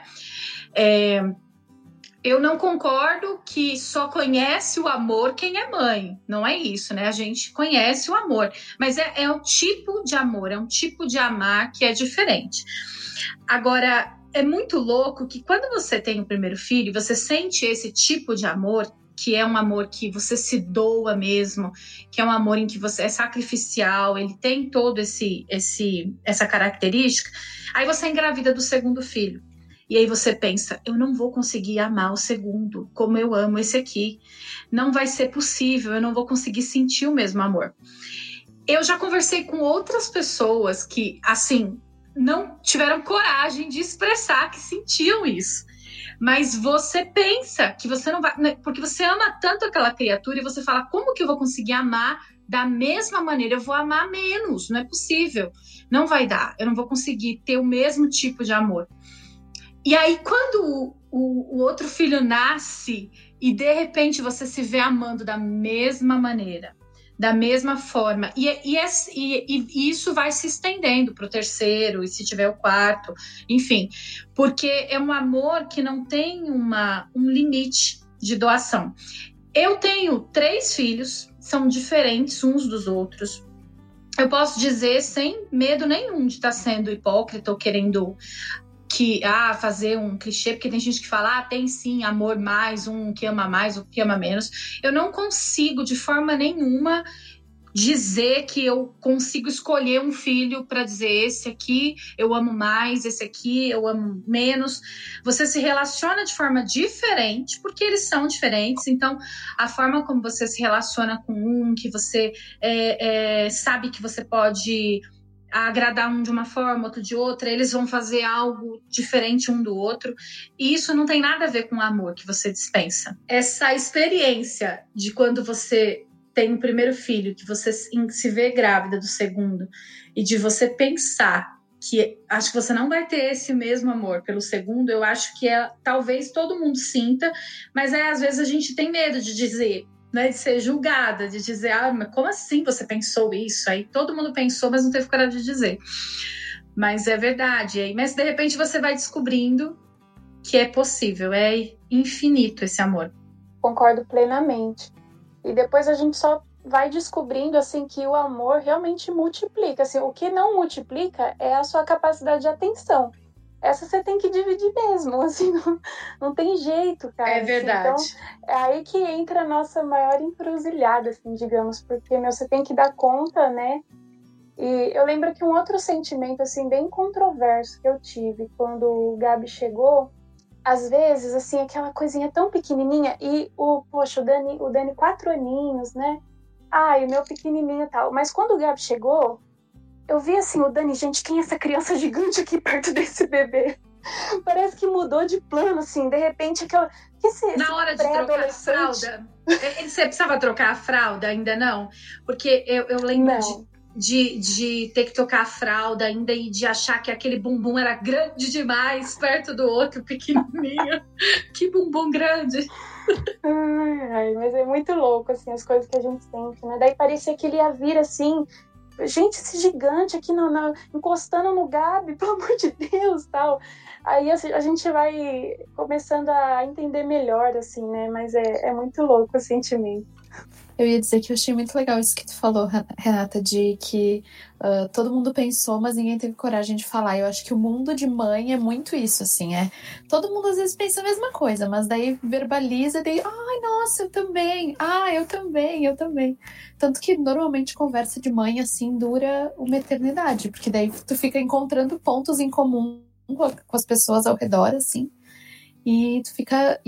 Eu não concordo que só conhece o amor quem é mãe. Não é isso, né? A gente conhece o amor. Mas é um tipo de amor, é um tipo de amar que é diferente. Agora, é muito louco que quando você tem o primeiro filho, você sente esse tipo de amor, que é um amor que você se doa mesmo, que é um amor em que você é sacrificial, ele tem todo essa característica. Aí você engravida do segundo filho. E aí você pensa, eu não vou conseguir amar o segundo como eu amo esse aqui. Não vai ser possível, eu não vou conseguir sentir o mesmo amor. Eu já conversei com outras pessoas que, assim, não tiveram coragem de expressar que sentiam isso. Mas você pensa que você não vai... Porque você ama tanto aquela criatura e você fala, como que eu vou conseguir amar da mesma maneira? Eu vou amar menos, não é possível. Não vai dar, eu não vou conseguir ter o mesmo tipo de amor. E aí, quando o outro filho nasce e, de repente, você se vê amando da mesma maneira, da mesma forma, e isso vai se estendendo para o terceiro, e se tiver o quarto, enfim, porque é um amor que não tem um limite de doação. Eu tenho 3 filhos, são diferentes uns dos outros. Eu posso dizer sem medo nenhum de estar sendo hipócrita ou querendo fazer um clichê, porque tem gente que fala, tem sim amor mais, um que ama mais, outro que ama menos. Eu não consigo de forma nenhuma dizer que eu consigo escolher um filho para dizer, esse aqui eu amo mais, esse aqui eu amo menos. Você se relaciona de forma diferente, porque eles são diferentes. Então, a forma como você se relaciona com um, que você sabe que você pode agradar um de uma forma, outro de outra, eles vão fazer algo diferente um do outro, e isso não tem nada a ver com o amor que você dispensa. Essa experiência de quando você tem o primeiro filho, que você se vê grávida do segundo, e de você pensar que acho que você não vai ter esse mesmo amor pelo segundo, eu acho que talvez todo mundo sinta, mas às vezes a gente tem medo de dizer, né, de ser julgada, de dizer, mas como assim você pensou isso? Aí todo mundo pensou, mas não teve coragem de dizer. Mas é verdade. Mas de repente você vai descobrindo que é possível, é infinito esse amor. Concordo plenamente. E depois a gente só vai descobrindo assim que o amor realmente multiplica. Assim, o que não multiplica é a sua capacidade de atenção. Essa você tem que dividir mesmo, assim, não tem jeito, cara. É verdade. Assim, então, é aí que entra a nossa maior encruzilhada, assim, digamos, porque, você tem que dar conta, né? E eu lembro que um outro sentimento, assim, bem controverso que eu tive quando o Gabi chegou, às vezes, assim, aquela coisinha tão pequenininha, e o Dani 4 aninhos, né? E o meu pequenininho e tal. Mas quando o Gabi chegou, eu vi assim, o Dani, gente, quem é essa criança gigante aqui perto desse bebê? Parece que mudou de plano, assim, de repente aquela... Na hora de trocar a fralda, você precisava trocar a fralda? Ainda não? Porque eu lembro de ter que trocar a fralda ainda e de achar que aquele bumbum era grande demais perto do outro pequenininho. Que bumbum grande! Mas é muito louco, assim, as coisas que a gente sente, né? Daí parecia que ele ia vir, assim... Gente, esse gigante aqui encostando no Gabi, pelo amor de Deus, tal. Aí a gente vai começando a entender melhor, assim, né? Mas é muito louco o sentimento. Eu ia dizer que eu achei muito legal isso que tu falou, Renata, de que todo mundo pensou, mas ninguém teve coragem de falar. Eu acho que o mundo de mãe é muito isso, assim, todo mundo às vezes pensa a mesma coisa, mas daí verbaliza, daí, nossa, eu também, eu também. Tanto que normalmente conversa de mãe, assim, dura uma eternidade, porque daí tu fica encontrando pontos em comum com as pessoas ao redor, assim, e tu fica,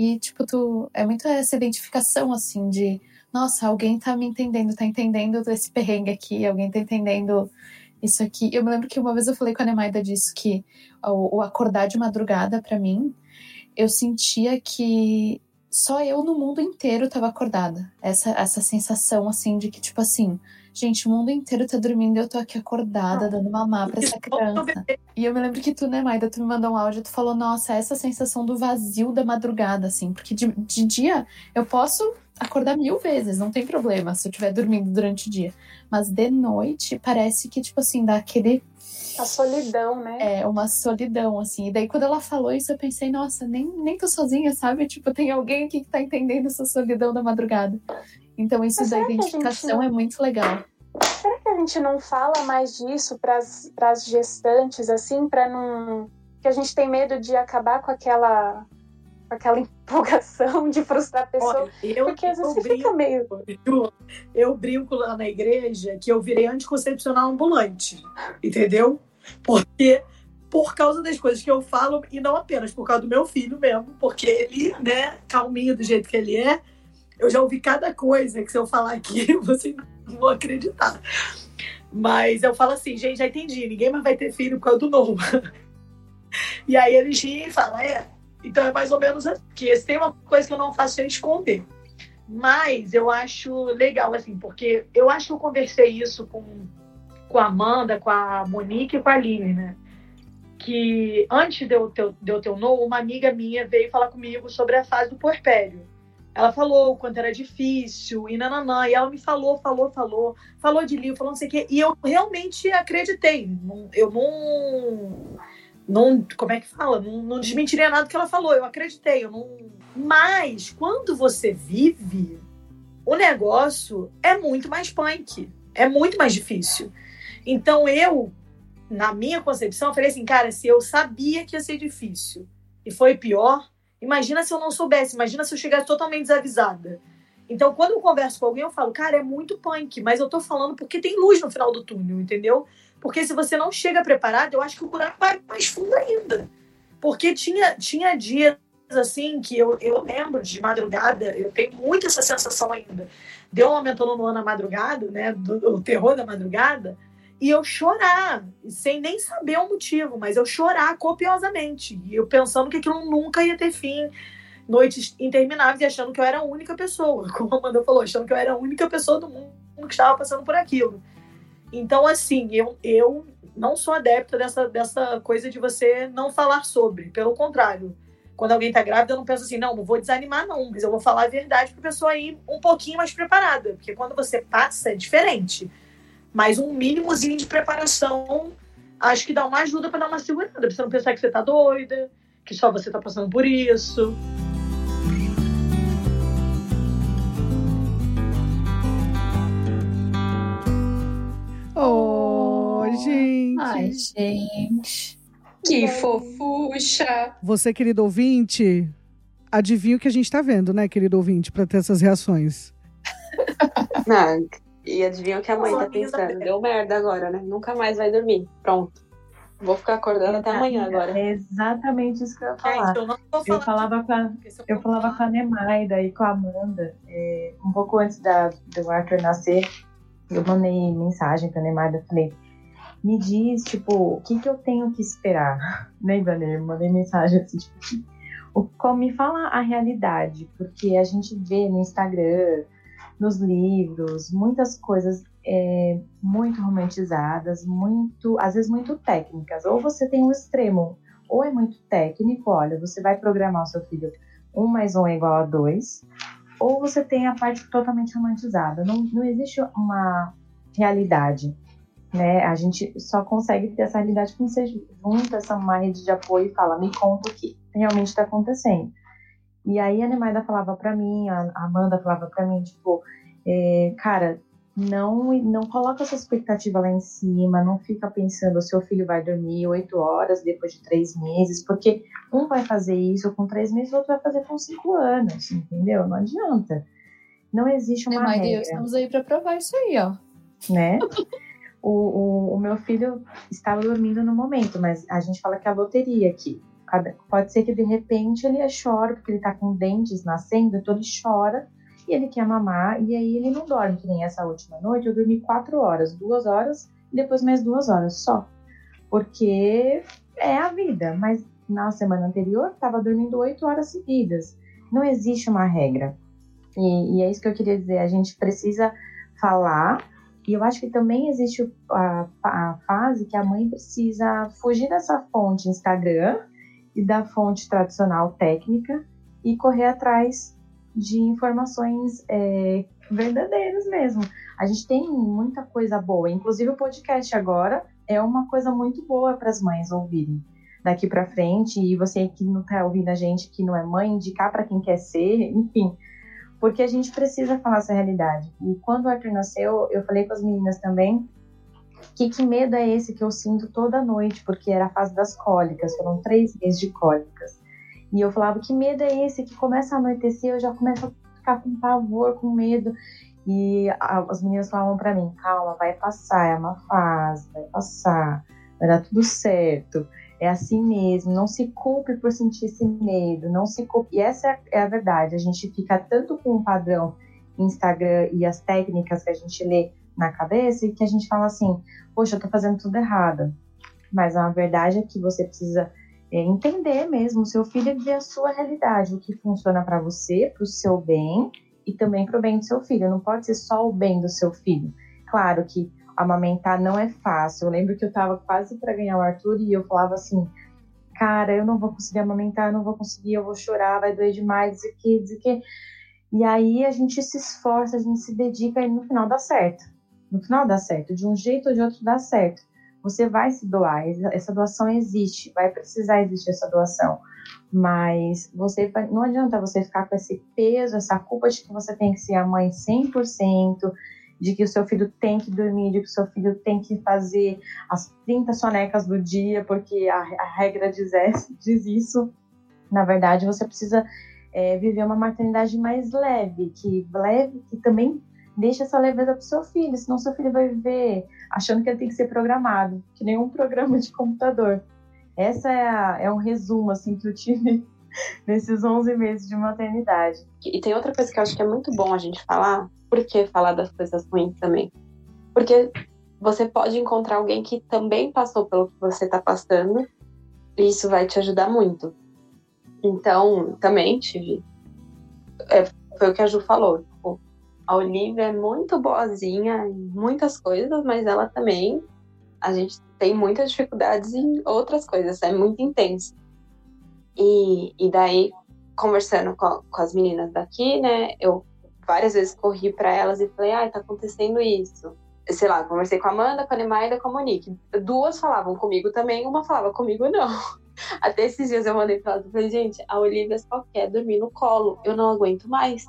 é muito essa identificação, assim, de nossa, alguém tá me entendendo, tá entendendo esse perrengue aqui, alguém tá entendendo isso aqui. Eu me lembro que uma vez eu falei com a Nemaida disso, que o acordar de madrugada, pra mim, eu sentia que só eu no mundo inteiro tava acordada. Essa sensação, assim, de que, tipo assim, gente, o mundo inteiro tá dormindo e eu tô aqui acordada, dando mamar pra essa criança. E eu me lembro que tu, Nemaida, tu me mandou um áudio, tu falou, nossa, essa sensação do vazio da madrugada, assim, porque de dia eu posso acordar 1000 vezes, não tem problema se eu estiver dormindo durante o dia. Mas de noite, parece que, tipo assim, dá aquele... A solidão, né? Uma solidão, assim. E daí, quando ela falou isso, eu pensei, nossa, nem tô sozinha, sabe? Tipo, tem alguém aqui que tá entendendo essa solidão da madrugada. Então, isso da identificação é muito legal. Será que a gente não fala mais disso pras gestantes, assim, pra não... que a gente tem medo de acabar com aquela empolgação de frustrar a pessoa. Olha, porque às vezes você fica meio... Eu brinco lá na igreja que eu virei anticoncepcional ambulante, entendeu? Porque por causa das coisas que eu falo, e não apenas por causa do meu filho mesmo, porque ele, né, calminho do jeito que ele é, eu já ouvi cada coisa que se eu falar aqui, vocês não vão acreditar. Mas eu falo assim, gente, já entendi, ninguém mais vai ter filho por causa do Noah. E aí eles riem e falam, então é mais ou menos assim, que tem uma coisa que eu não faço sem esconder. Mas eu acho legal, assim, porque eu acho que eu conversei isso com a Amanda, com a Monique e com a Aline, né? Que antes de eu ter o Noah, uma amiga minha veio falar comigo sobre a fase do puerpério. Ela falou o quanto era difícil, e nananã, e ela me falou de livro, falou não sei o quê, e eu realmente acreditei. Eu não como é que fala? Não desmentiria nada que ela falou, eu acreditei. Mas, quando você vive, o negócio é muito mais punk, é muito mais difícil. Então, na minha concepção, eu falei assim, cara, se eu sabia que ia ser difícil e foi pior, imagina se eu não soubesse, imagina se eu chegasse totalmente desavisada. Então, quando eu converso com alguém, eu falo, cara, é muito punk, mas eu tô falando porque tem luz no final do túnel, entendeu? Porque se você não chega preparado, eu acho que o buraco vai mais fundo ainda. Porque tinha dias, assim, que eu lembro de madrugada, eu tenho muito essa sensação ainda. Deu um aumentando no ano na madrugada, né, do terror da madrugada, e eu chorar, sem nem saber o motivo, mas eu chorar copiosamente. E eu pensando que aquilo nunca ia ter fim. Noites intermináveis e achando que eu era a única pessoa. Como a Amanda falou, achando que eu era a única pessoa do mundo que estava passando por aquilo. Então, assim, eu não sou adepta dessa coisa de você não falar sobre. Pelo contrário, quando alguém está grávida, eu não penso assim, não vou desanimar não, mas eu vou falar a verdade para a pessoa ir um pouquinho mais preparada. Porque quando você passa, é diferente. Mas um mínimozinho de preparação, acho que dá uma ajuda para dar uma segurada. Pra você não pensar que você tá doida, que só você tá passando por isso. Oh, gente. Ai, gente. Que fofucha. Você, querido ouvinte, adivinha o que a gente tá vendo, né, querido ouvinte, pra ter essas reações. Não, e adivinha o que a mãe tá pensando? Deu merda agora, né? Nunca mais vai dormir. Pronto. Vou ficar acordando até amanhã agora. É exatamente isso que eu ia falar. Gente, eu não vou falar. Eu falava com a Nemaida e com a Amanda, um pouco antes do Arthur nascer, eu mandei mensagem pra Nemaida, falei, me diz, tipo, o que eu tenho que esperar? Lembra, né? Eu mandei mensagem assim, tipo, me fala a realidade, porque a gente vê no Instagram, nos livros, muitas coisas muito romantizadas, às vezes muito técnicas. Ou você tem um extremo, ou é muito técnico, olha, você vai programar o seu filho 1 mais 1 é igual a 2, ou você tem a parte totalmente romantizada. Não existe uma realidade, né? A gente só consegue ter essa realidade quando você junta uma rede de apoio e fala, me conta o que realmente está acontecendo. E aí a Nemaida falava pra mim, a Amanda falava pra mim, tipo, cara, não coloca essa expectativa lá em cima, não fica pensando o seu filho vai dormir 8 horas depois de 3 meses, porque um vai fazer isso com 3 meses, o outro vai fazer com 5 anos, entendeu? Não adianta. Não existe uma regra. Estamos aí pra provar isso aí, ó. Né? O meu filho estava dormindo no momento, mas a gente fala que é a loteria aqui. Pode ser que de repente ele chora, porque ele tá com dentes nascendo, então ele chora e ele quer mamar, e aí ele não dorme, que nem essa última noite, eu dormi 4 horas, 2 horas, e depois mais 2 horas só, porque é a vida, mas na semana anterior estava dormindo 8 horas seguidas, não existe uma regra, e é isso que eu queria dizer, a gente precisa falar, e eu acho que também existe a fase que a mãe precisa fugir dessa fonte Instagram, e da fonte tradicional técnica e correr atrás de informações verdadeiras mesmo. A gente tem muita coisa boa, inclusive o podcast agora é uma coisa muito boa para as mães ouvirem daqui para frente, e você que não está ouvindo a gente, que não é mãe, indicar para quem quer ser, enfim, porque a gente precisa falar essa realidade. E quando o Arthur nasceu, eu falei com as meninas também, que medo é esse que eu sinto toda noite, porque era a fase das cólicas, foram 3 meses de cólicas. E eu falava, que medo é esse que começa a anoitecer, eu já começo a ficar com pavor, com medo. E as meninas falavam pra mim, calma, vai passar, é uma fase, vai passar, vai dar tudo certo. É assim mesmo, não se culpe por sentir esse medo, não se culpe. E essa é a verdade, a gente fica tanto com o padrão Instagram e as técnicas que a gente lê na cabeça e que a gente fala assim, poxa, eu tô fazendo tudo errado. Mas a verdade é que você precisa entender mesmo o seu filho e ver a sua realidade, o que funciona para você, para o seu bem e também para o bem do seu filho. Não pode ser só o bem do seu filho. Claro que amamentar não é fácil. Eu lembro que eu tava quase para ganhar o Arthur e eu falava assim, cara, eu não vou conseguir amamentar, eu não vou conseguir, eu vou chorar, vai doer demais, dizer que. E aí a gente se esforça, a gente se dedica e no final dá certo. No final dá certo, de um jeito ou de outro dá certo. Você vai se doar, essa doação existe, vai precisar existir essa doação. Mas não adianta você ficar com esse peso, essa culpa de que você tem que ser a mãe 100%, de que o seu filho tem que dormir, de que o seu filho tem que fazer as 30 sonecas do dia, porque a regra diz isso. Na verdade, você precisa viver uma maternidade mais leve, que também deixa essa leveza para o seu filho, senão seu filho vai viver achando que ele tem que ser programado, que nem um programa de computador. Essa é um resumo assim, que eu tive nesses 11 meses de maternidade. E tem outra coisa que eu acho que é muito bom a gente falar. Por que falar das coisas ruins também? Porque você pode encontrar alguém que também passou pelo que você está passando e isso vai te ajudar muito. Então, também tive... foi o que a Ju falou. Tipo, a Olivia é muito boazinha em muitas coisas, mas ela também... A gente tem muitas dificuldades em outras coisas. É muito intenso. E daí, conversando com as meninas daqui, né? Eu várias vezes corri pra elas e falei, tá acontecendo isso. Sei lá, conversei com a Amanda, com a Nemaida e com a Monique. 2 falavam comigo também, uma falava comigo não. Até esses dias eu mandei pra elas e falei, gente, a Olivia só quer dormir no colo. Eu não aguento mais.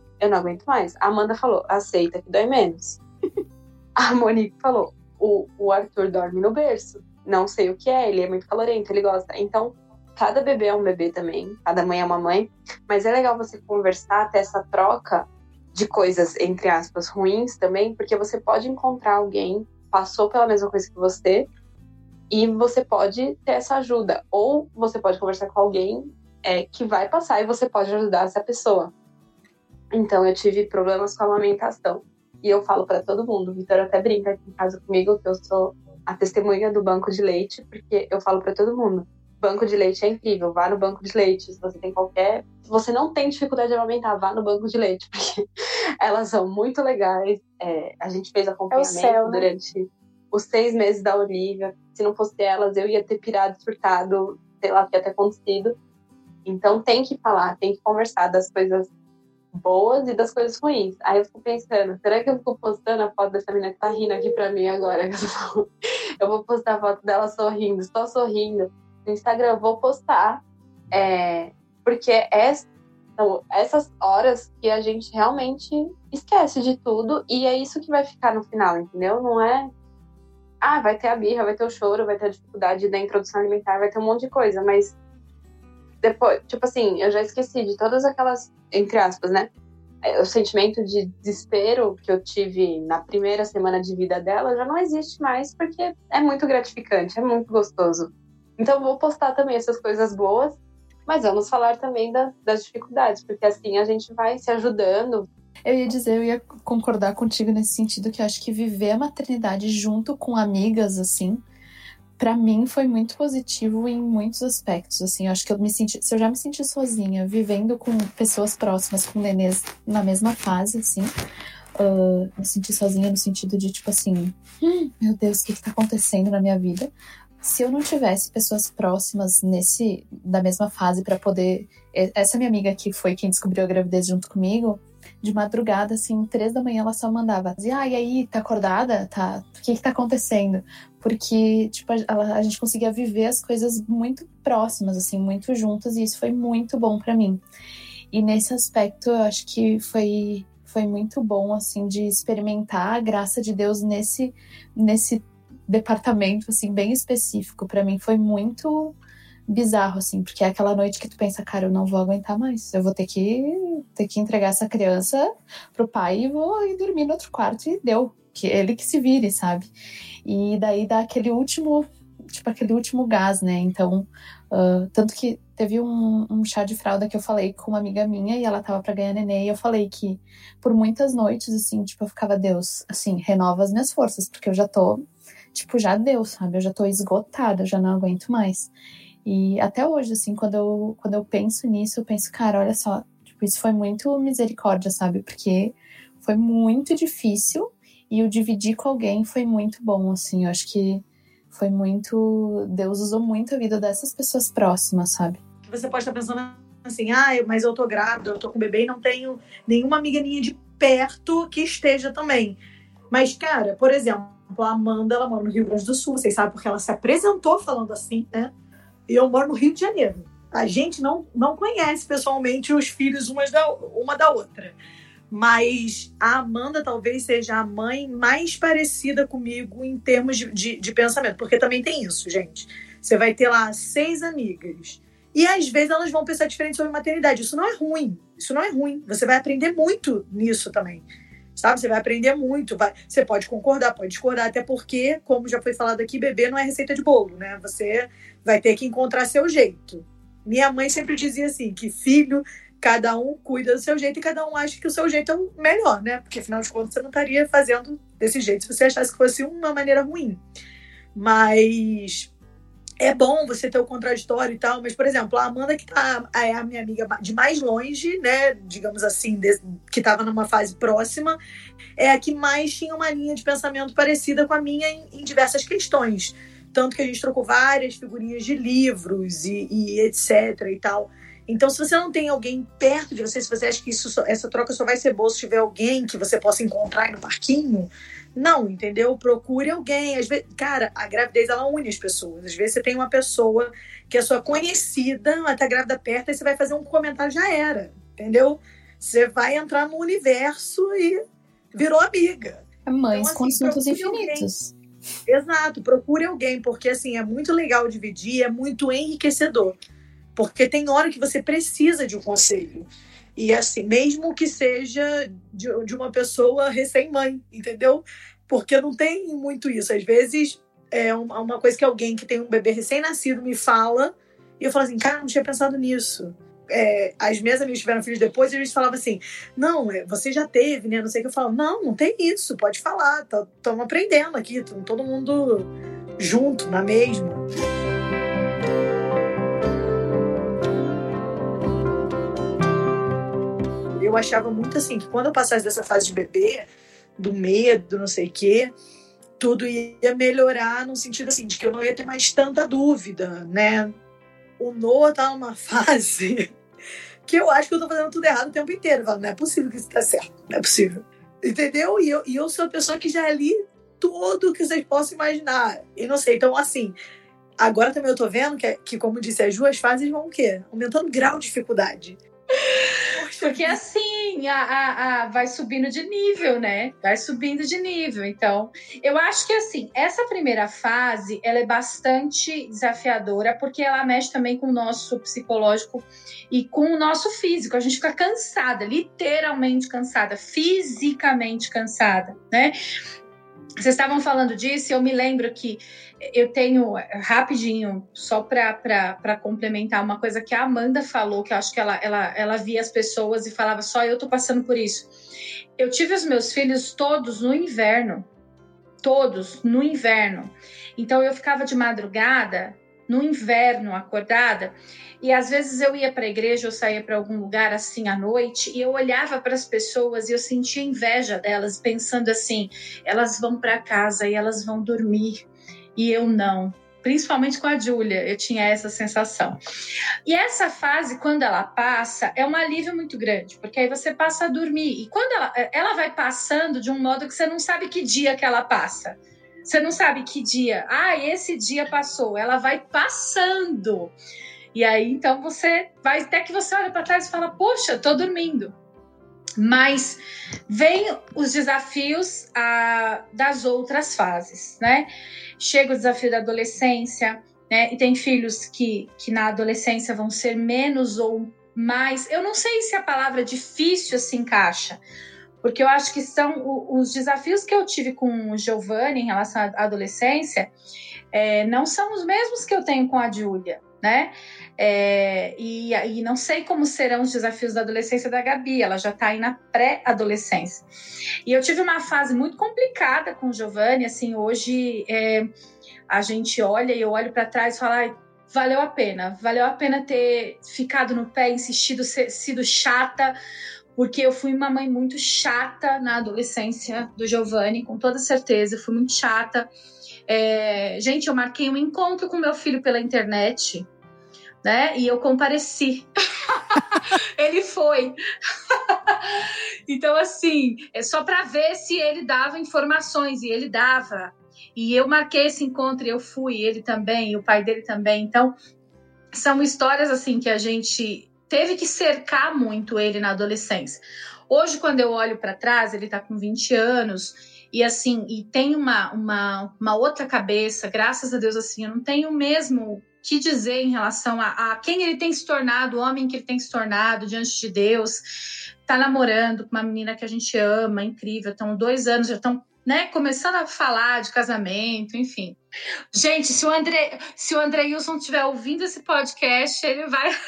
A Amanda falou, aceita que dói menos. A Monique falou, o Arthur dorme no berço. Não sei o que é, ele é muito calorento, ele gosta. Então, cada bebê é um bebê também, cada mãe é uma mãe. Mas é legal você conversar, ter essa troca de coisas, entre aspas, ruins também, porque você pode encontrar alguém que passou pela mesma coisa que você e você pode ter essa ajuda. Ou você pode conversar com alguém que vai passar e você pode ajudar essa pessoa. Então, eu tive problemas com a amamentação. E eu falo pra todo mundo, o Vitor até brinca aqui em casa comigo, que eu sou a testemunha do banco de leite, porque eu falo pra todo mundo, banco de leite é incrível, vá no banco de leite, se você não tem dificuldade de amamentar, vá no banco de leite, porque elas são muito legais. A gente fez acompanhamento durante os 6 meses da Olivia. Se não fosse elas, eu ia ter pirado, surtado, sei lá o que ia ter acontecido. Então tem que falar, tem que conversar das coisas boas e das coisas ruins. Aí eu fico pensando, será que eu fico postando a foto dessa menina que tá rindo aqui pra mim agora? Eu vou postar a foto dela sorrindo, só sorrindo. No Instagram eu vou postar, porque são essas horas que a gente realmente esquece de tudo e é isso que vai ficar no final, entendeu? Não é, vai ter a birra, vai ter o choro, vai ter a dificuldade da introdução alimentar, vai ter um monte de coisa, mas depois, tipo assim, eu já esqueci de todas aquelas, entre aspas, né? O sentimento de desespero que eu tive na primeira semana de vida dela já não existe mais, porque é muito gratificante, é muito gostoso. Então, vou postar também essas coisas boas, mas vamos falar também das dificuldades, porque assim a gente vai se ajudando. Eu ia concordar contigo nesse sentido, que eu acho que viver a maternidade junto com amigas, assim, pra mim foi muito positivo em muitos aspectos, assim. Eu acho que se eu já me senti sozinha, vivendo com pessoas próximas, com nenês na mesma fase, assim, me senti sozinha no sentido de, tipo assim, meu Deus, o que tá acontecendo na minha vida? Se eu não tivesse pessoas próximas da mesma fase para poder... Essa minha amiga que foi quem descobriu a gravidez junto comigo, de madrugada, assim, 3 da manhã, ela só mandava, dizia, e aí, tá acordada? Tá? O que tá acontecendo? Porque, tipo, a gente conseguia viver as coisas muito próximas, assim, muito juntas, e isso foi muito bom para mim. E nesse aspecto, eu acho que foi muito bom, assim, de experimentar a graça de Deus nesse departamento, assim, bem específico. Para mim foi muito bizarro, assim, porque é aquela noite que tu pensa, cara, eu não vou aguentar mais, eu vou ter que entregar essa criança pro pai e vou ir dormir no outro quarto e deu, que ele que se vire, sabe? E daí dá aquele último tipo, aquele último gás, né? Então, tanto que teve um chá de fralda que eu falei com uma amiga minha e ela tava pra ganhar neném, e eu falei que por muitas noites, assim, tipo, eu ficava, Deus, assim, renova as minhas forças, porque eu já tô, tipo, já deu, sabe? Eu já tô esgotada, eu já não aguento mais. E até hoje, assim, quando eu penso nisso, eu penso, cara, olha só, tipo, isso foi muito misericórdia, sabe? Porque foi muito difícil e o dividir com alguém foi muito bom, assim, eu acho que foi muito... Deus usou muito a vida dessas pessoas próximas, sabe? Você pode estar pensando assim, mas eu tô grávida, eu tô com bebê e não tenho nenhuma amiga minha de perto que esteja também. Mas, cara, por exemplo, a Amanda, ela mora no Rio Grande do Sul, vocês sabem porque ela se apresentou falando assim, né? E eu moro no Rio de Janeiro. A gente não conhece pessoalmente os filhos uma da outra. Mas a Amanda talvez seja a mãe mais parecida comigo em termos de pensamento. Porque também tem isso, gente. Você vai ter lá 6 amigas. E às vezes elas vão pensar diferente sobre maternidade. Isso não é ruim. Você vai aprender muito nisso também. Sabe? Você vai aprender muito. Você pode concordar, pode discordar. Até porque, como já foi falado aqui, bebê não é receita de bolo, né? Você vai ter que encontrar seu jeito. Minha mãe sempre dizia assim, que filho... Cada um cuida do seu jeito e cada um acha que o seu jeito é o melhor, né? Porque, afinal de contas, você não estaria fazendo desse jeito se você achasse que fosse uma maneira ruim. Mas é bom você ter o contraditório e tal. Mas, por exemplo, a Amanda, que é a minha amiga de mais longe, né? Digamos assim, que estava numa fase próxima, é a que mais tinha uma linha de pensamento parecida com a minha em diversas questões. Tanto que a gente trocou várias figurinhas de livros e etc e tal. Então, se você não tem alguém perto de você, se você acha que essa troca só vai ser boa se tiver alguém que você possa encontrar aí no parquinho, não, entendeu? Procure alguém. Às vezes, cara, a gravidez, ela une as pessoas. Às vezes você tem uma pessoa que é sua conhecida, ela tá grávida perto, aí você vai fazer um comentário, já era, entendeu? Você vai entrar no universo e virou amiga. Mães então, assim, com assuntos infinitos. Alguém. Exato, procure alguém, porque assim, é muito legal dividir, é muito enriquecedor. Porque tem hora que você precisa de um conselho. E assim, mesmo que seja de uma pessoa recém-mãe, entendeu? Porque não tem muito isso. Às vezes, é uma coisa que alguém que tem um bebê recém-nascido me fala, e eu falo assim, cara, não tinha pensado nisso. As minhas amigas tiveram filhos depois, e eles falavam assim, não, você já teve, né? Não sei o que. Eu falo, não tem isso, pode falar. Estamos aprendendo aqui, todo mundo junto, na mesma. Eu achava muito assim, que quando eu passasse dessa fase de bebê, do medo, não sei o quê, tudo ia melhorar no sentido assim, de que eu não ia ter mais tanta dúvida, né? O Noah tá numa fase que eu acho que eu tô fazendo tudo errado o tempo inteiro. Eu falo, não é possível que isso tá certo, não é possível. Entendeu? E eu sou a pessoa que já li tudo que vocês possam imaginar. E não sei, então assim, agora também eu tô vendo que como disse, as 2 fases vão o quê? Aumentando o grau de dificuldade. Porque assim, vai subindo de nível, né? Vai subindo de nível. Então, eu acho que assim, essa primeira fase, ela é bastante desafiadora, porque ela mexe também com o nosso psicológico e com o nosso físico. A gente fica cansada, literalmente cansada, fisicamente cansada, né? Vocês estavam falando disso e eu me lembro que eu tenho, rapidinho, só para complementar uma coisa que a Amanda falou, que eu acho que ela via as pessoas e falava, só eu tô passando por isso. Eu tive os meus filhos todos no inverno. Então eu ficava de madrugada, no inverno, acordada, e às vezes eu ia para a igreja, eu saía para algum lugar assim à noite, e eu olhava para as pessoas e eu sentia inveja delas, pensando assim, elas vão para casa e elas vão dormir, e eu não. Principalmente com a Júlia, eu tinha essa sensação. E essa fase, quando ela passa, é um alívio muito grande, porque aí você passa a dormir, e quando ela vai passando de um modo que você não sabe que dia que ela passa. Você não sabe que dia. Esse dia passou. Ela vai passando. E aí, então, você vai até que você olha para trás e fala, poxa, tô dormindo. Mas vem os desafios das outras fases, né? Chega o desafio da adolescência, né? E tem filhos que na adolescência vão ser menos ou mais. Eu não sei se a palavra difícil se encaixa, porque eu acho que são os desafios que eu tive com o Giovanni em relação à adolescência, não são os mesmos que eu tenho com a Júlia, né? E não sei como serão os desafios da adolescência da Gabi, ela já está aí na pré-adolescência. E eu tive uma fase muito complicada com o Giovanni, assim, hoje a gente olha e eu olho para trás e falo, valeu a pena ter ficado no pé, insistido, sido chata, porque eu fui uma mãe muito chata na adolescência do Giovanni, com toda certeza, eu fui muito chata. Gente, eu marquei um encontro com meu filho pela internet, né? E eu compareci. Ele foi. Então, assim, é só para ver se ele dava informações, e ele dava. E eu marquei esse encontro, e eu fui, ele também, e o pai dele também. Então, são histórias, assim, que a gente teve que cercar muito ele na adolescência. Hoje, quando eu olho para trás, ele tá com 20 anos... E assim, e tem uma outra cabeça, graças a Deus, assim, eu não tenho mesmo que dizer em relação a quem ele tem se tornado, o homem que ele tem se tornado diante de Deus. Tá namorando com uma menina que a gente ama, incrível, estão 2 anos, já estão, né, começando a falar de casamento, enfim. Gente, se o André Wilson estiver ouvindo esse podcast, ele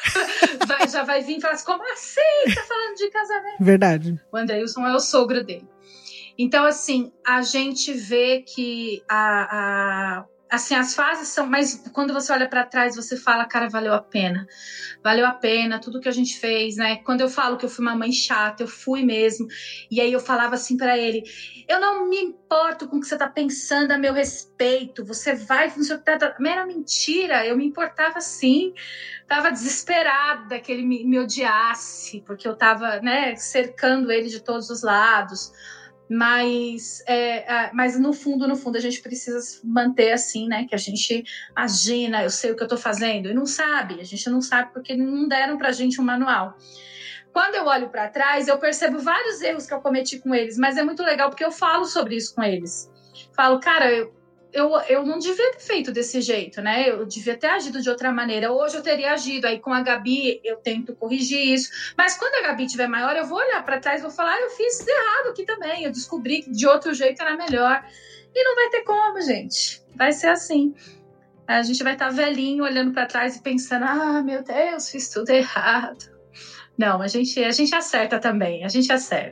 já vai vir e falar assim, como assim? Tá falando de casamento? Verdade. O André Wilson é o sogro dele. Então, assim, a gente vê que assim, as fases são... Mas quando você olha para trás, você fala, cara, valeu a pena. Valeu a pena tudo que a gente fez, né? Quando eu falo que eu fui uma mãe chata, eu fui mesmo. E aí eu falava assim para ele, eu não me importo com o que você tá pensando a meu respeito. Você vai... Não sei o que era mentira, eu me importava sim. Tava desesperada que ele me odiasse, porque eu tava, né, cercando ele de todos os lados. Mas no fundo, a gente precisa manter assim, né? Que a gente imagina, eu sei o que eu tô fazendo. E não sabe, a gente não sabe porque não deram pra gente um manual. Quando eu olho para trás, eu percebo vários erros que eu cometi com eles, mas é muito legal porque eu falo sobre isso com eles. Falo, cara, eu não devia ter feito desse jeito, né? Eu devia ter agido de outra maneira. Hoje eu teria agido. Aí com a Gabi eu tento corrigir isso. Mas quando a Gabi estiver maior, eu vou olhar para trás e vou falar, eu fiz errado aqui também. Eu descobri que de outro jeito era melhor. E não vai ter como, gente. Vai ser assim. A gente vai estar velhinho olhando para trás e pensando, meu Deus, fiz tudo errado. Não, a gente acerta também. A gente acerta.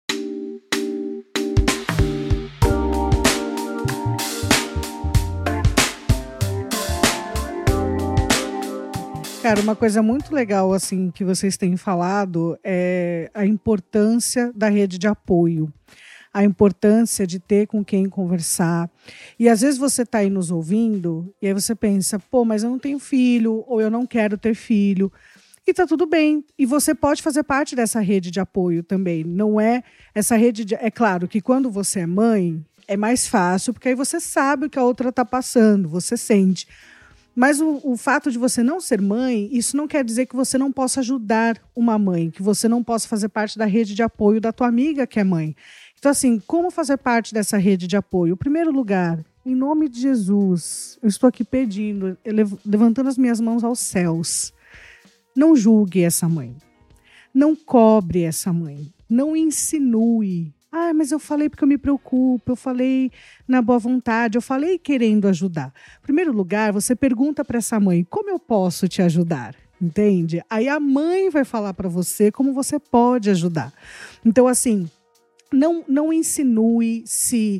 Cara, uma coisa muito legal assim que vocês têm falado é a importância da rede de apoio, a importância de ter com quem conversar. E às vezes você está aí nos ouvindo e aí você pensa, mas eu não tenho filho ou eu não quero ter filho. E tá tudo bem. E você pode fazer parte dessa rede de apoio também. Não é essa rede de... É claro que quando você é mãe é mais fácil, porque aí você sabe o que a outra está passando, você sente. Mas o fato de você não ser mãe, isso não quer dizer que você não possa ajudar uma mãe, que você não possa fazer parte da rede de apoio da tua amiga que é mãe. Então, assim, como fazer parte dessa rede de apoio? Em primeiro lugar, em nome de Jesus, eu estou aqui pedindo, levantando as minhas mãos aos céus. Não julgue essa mãe. Não cobre essa mãe. Não insinue. Mas eu falei porque eu me preocupo, eu falei na boa vontade, eu falei querendo ajudar. Em primeiro lugar, você pergunta para essa mãe, como eu posso te ajudar? Entende? Aí a mãe vai falar para você como você pode ajudar. Então, assim, não insinue se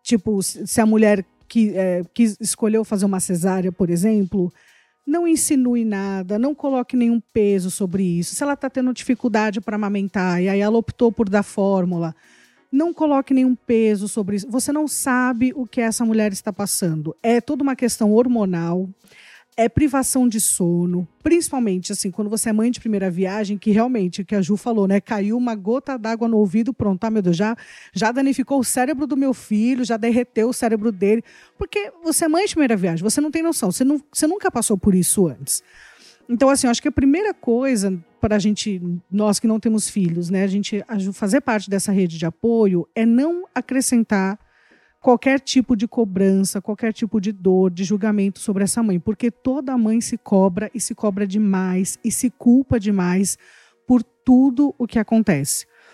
a mulher que escolheu fazer uma cesárea, por exemplo, não insinue nada, não coloque nenhum peso sobre isso. Se ela está tendo dificuldade para amamentar e aí ela optou por dar fórmula, não coloque nenhum peso sobre isso. Você não sabe o que essa mulher está passando. É toda uma questão hormonal, é privação de sono, principalmente assim, quando você é mãe de primeira viagem, que realmente, o que a Ju falou, né? Caiu uma gota d'água no ouvido, pronto, meu Deus, já danificou o cérebro do meu filho, já derreteu o cérebro dele. Porque você é mãe de primeira viagem, você não tem noção, você nunca passou por isso antes. Então, assim, eu acho que a primeira coisa para a gente, nós que não temos filhos, né, a gente fazer parte dessa rede de apoio é não acrescentar qualquer tipo de cobrança, qualquer tipo de dor, de julgamento sobre essa mãe, porque toda mãe se cobra e se cobra demais e se culpa demais por tudo o que acontece.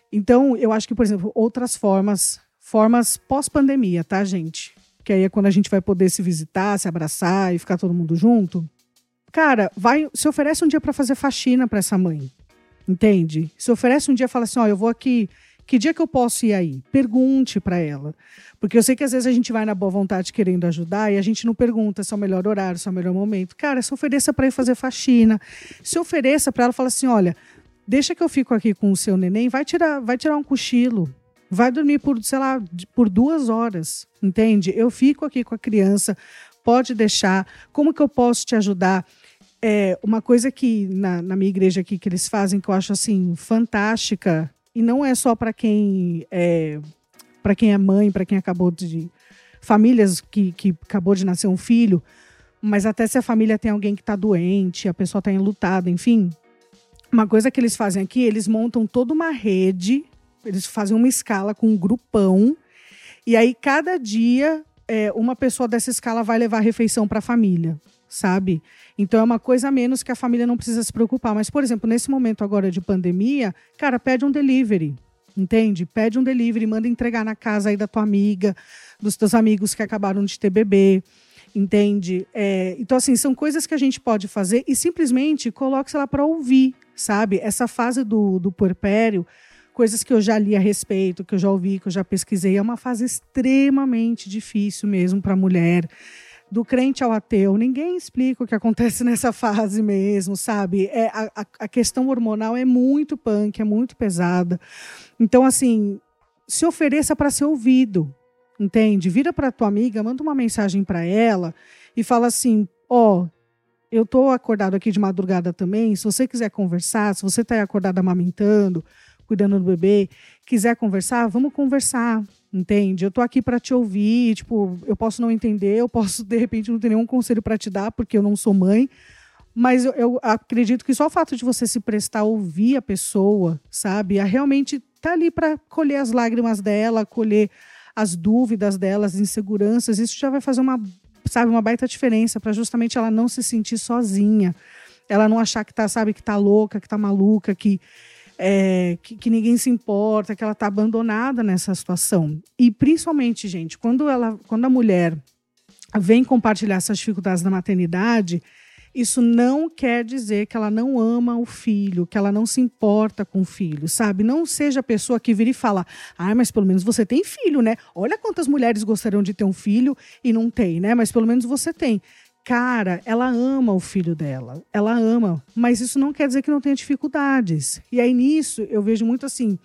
Então, eu acho que, por exemplo, outras formas pós-pandemia, tá, gente? Que aí é quando a gente vai poder se visitar, se abraçar e ficar todo mundo junto. Cara, se oferece um dia para fazer faxina para essa mãe, entende? Se oferece um dia e fala assim, ó, eu vou aqui, que dia que eu posso ir aí? Pergunte para ela. Porque eu sei que às vezes a gente vai na boa vontade querendo ajudar e a gente não pergunta se é o melhor horário, se é o melhor momento. Cara, se ofereça para ir fazer faxina. Se ofereça para ela, fala assim, olha, deixa que eu fico aqui com o seu neném, vai tirar um cochilo. Vai dormir por, sei lá, por 2 horas, entende? Eu fico aqui com a criança, pode deixar. Como que eu posso te ajudar? Uma coisa que na minha igreja aqui que eles fazem, que eu acho assim fantástica, e não é só para quem é mãe, para quem acabou de... Famílias que acabou de nascer um filho, mas até se a família tem alguém que está doente, a pessoa está enlutada, enfim. Uma coisa que eles fazem aqui, eles montam toda uma rede... Eles fazem uma escala com um grupão e aí cada dia uma pessoa dessa escala vai levar a refeição para a família, sabe? Então é uma coisa a menos que a família não precisa se preocupar. Mas, por exemplo, nesse momento agora de pandemia, cara, pede um delivery, entende? Pede um delivery, manda entregar na casa aí da tua amiga, dos teus amigos que acabaram de ter bebê, entende? Então, assim, são coisas que a gente pode fazer e simplesmente coloque, sei lá, para ouvir, sabe? Essa fase do puerpério, coisas que eu já li a respeito, que eu já ouvi, que eu já pesquisei. É uma fase extremamente difícil mesmo para a mulher. Do crente ao ateu, ninguém explica o que acontece nessa fase mesmo, sabe? A questão hormonal é muito punk, é muito pesada. Então, assim, se ofereça para ser ouvido, entende? Vira para tua amiga, manda uma mensagem para ela e fala assim, eu estou acordado aqui de madrugada também, se você quiser conversar, se você está acordado amamentando, cuidando do bebê, quiser conversar, vamos conversar, entende? Eu tô aqui para te ouvir, tipo, eu posso não entender, eu posso, de repente, não ter nenhum conselho para te dar, porque eu não sou mãe, mas eu acredito que só o fato de você se prestar a ouvir a pessoa, sabe? A realmente tá ali para colher as lágrimas dela, colher as dúvidas dela, as inseguranças, isso já vai fazer uma baita diferença para justamente ela não se sentir sozinha, ela não achar que tá louca, que tá maluca, que ninguém se importa, que ela está abandonada nessa situação. E principalmente, gente, quando a mulher vem compartilhar essas dificuldades da maternidade, isso não quer dizer que ela não ama o filho, que ela não se importa com o filho, sabe? Não seja a pessoa que vira e fala, mas pelo menos você tem filho, né? Olha quantas mulheres gostariam de ter um filho e não tem, né? Mas pelo menos você tem. Cara, ela ama o filho dela, ela ama, mas isso não quer dizer que não tenha dificuldades. E aí nisso eu vejo muito assim,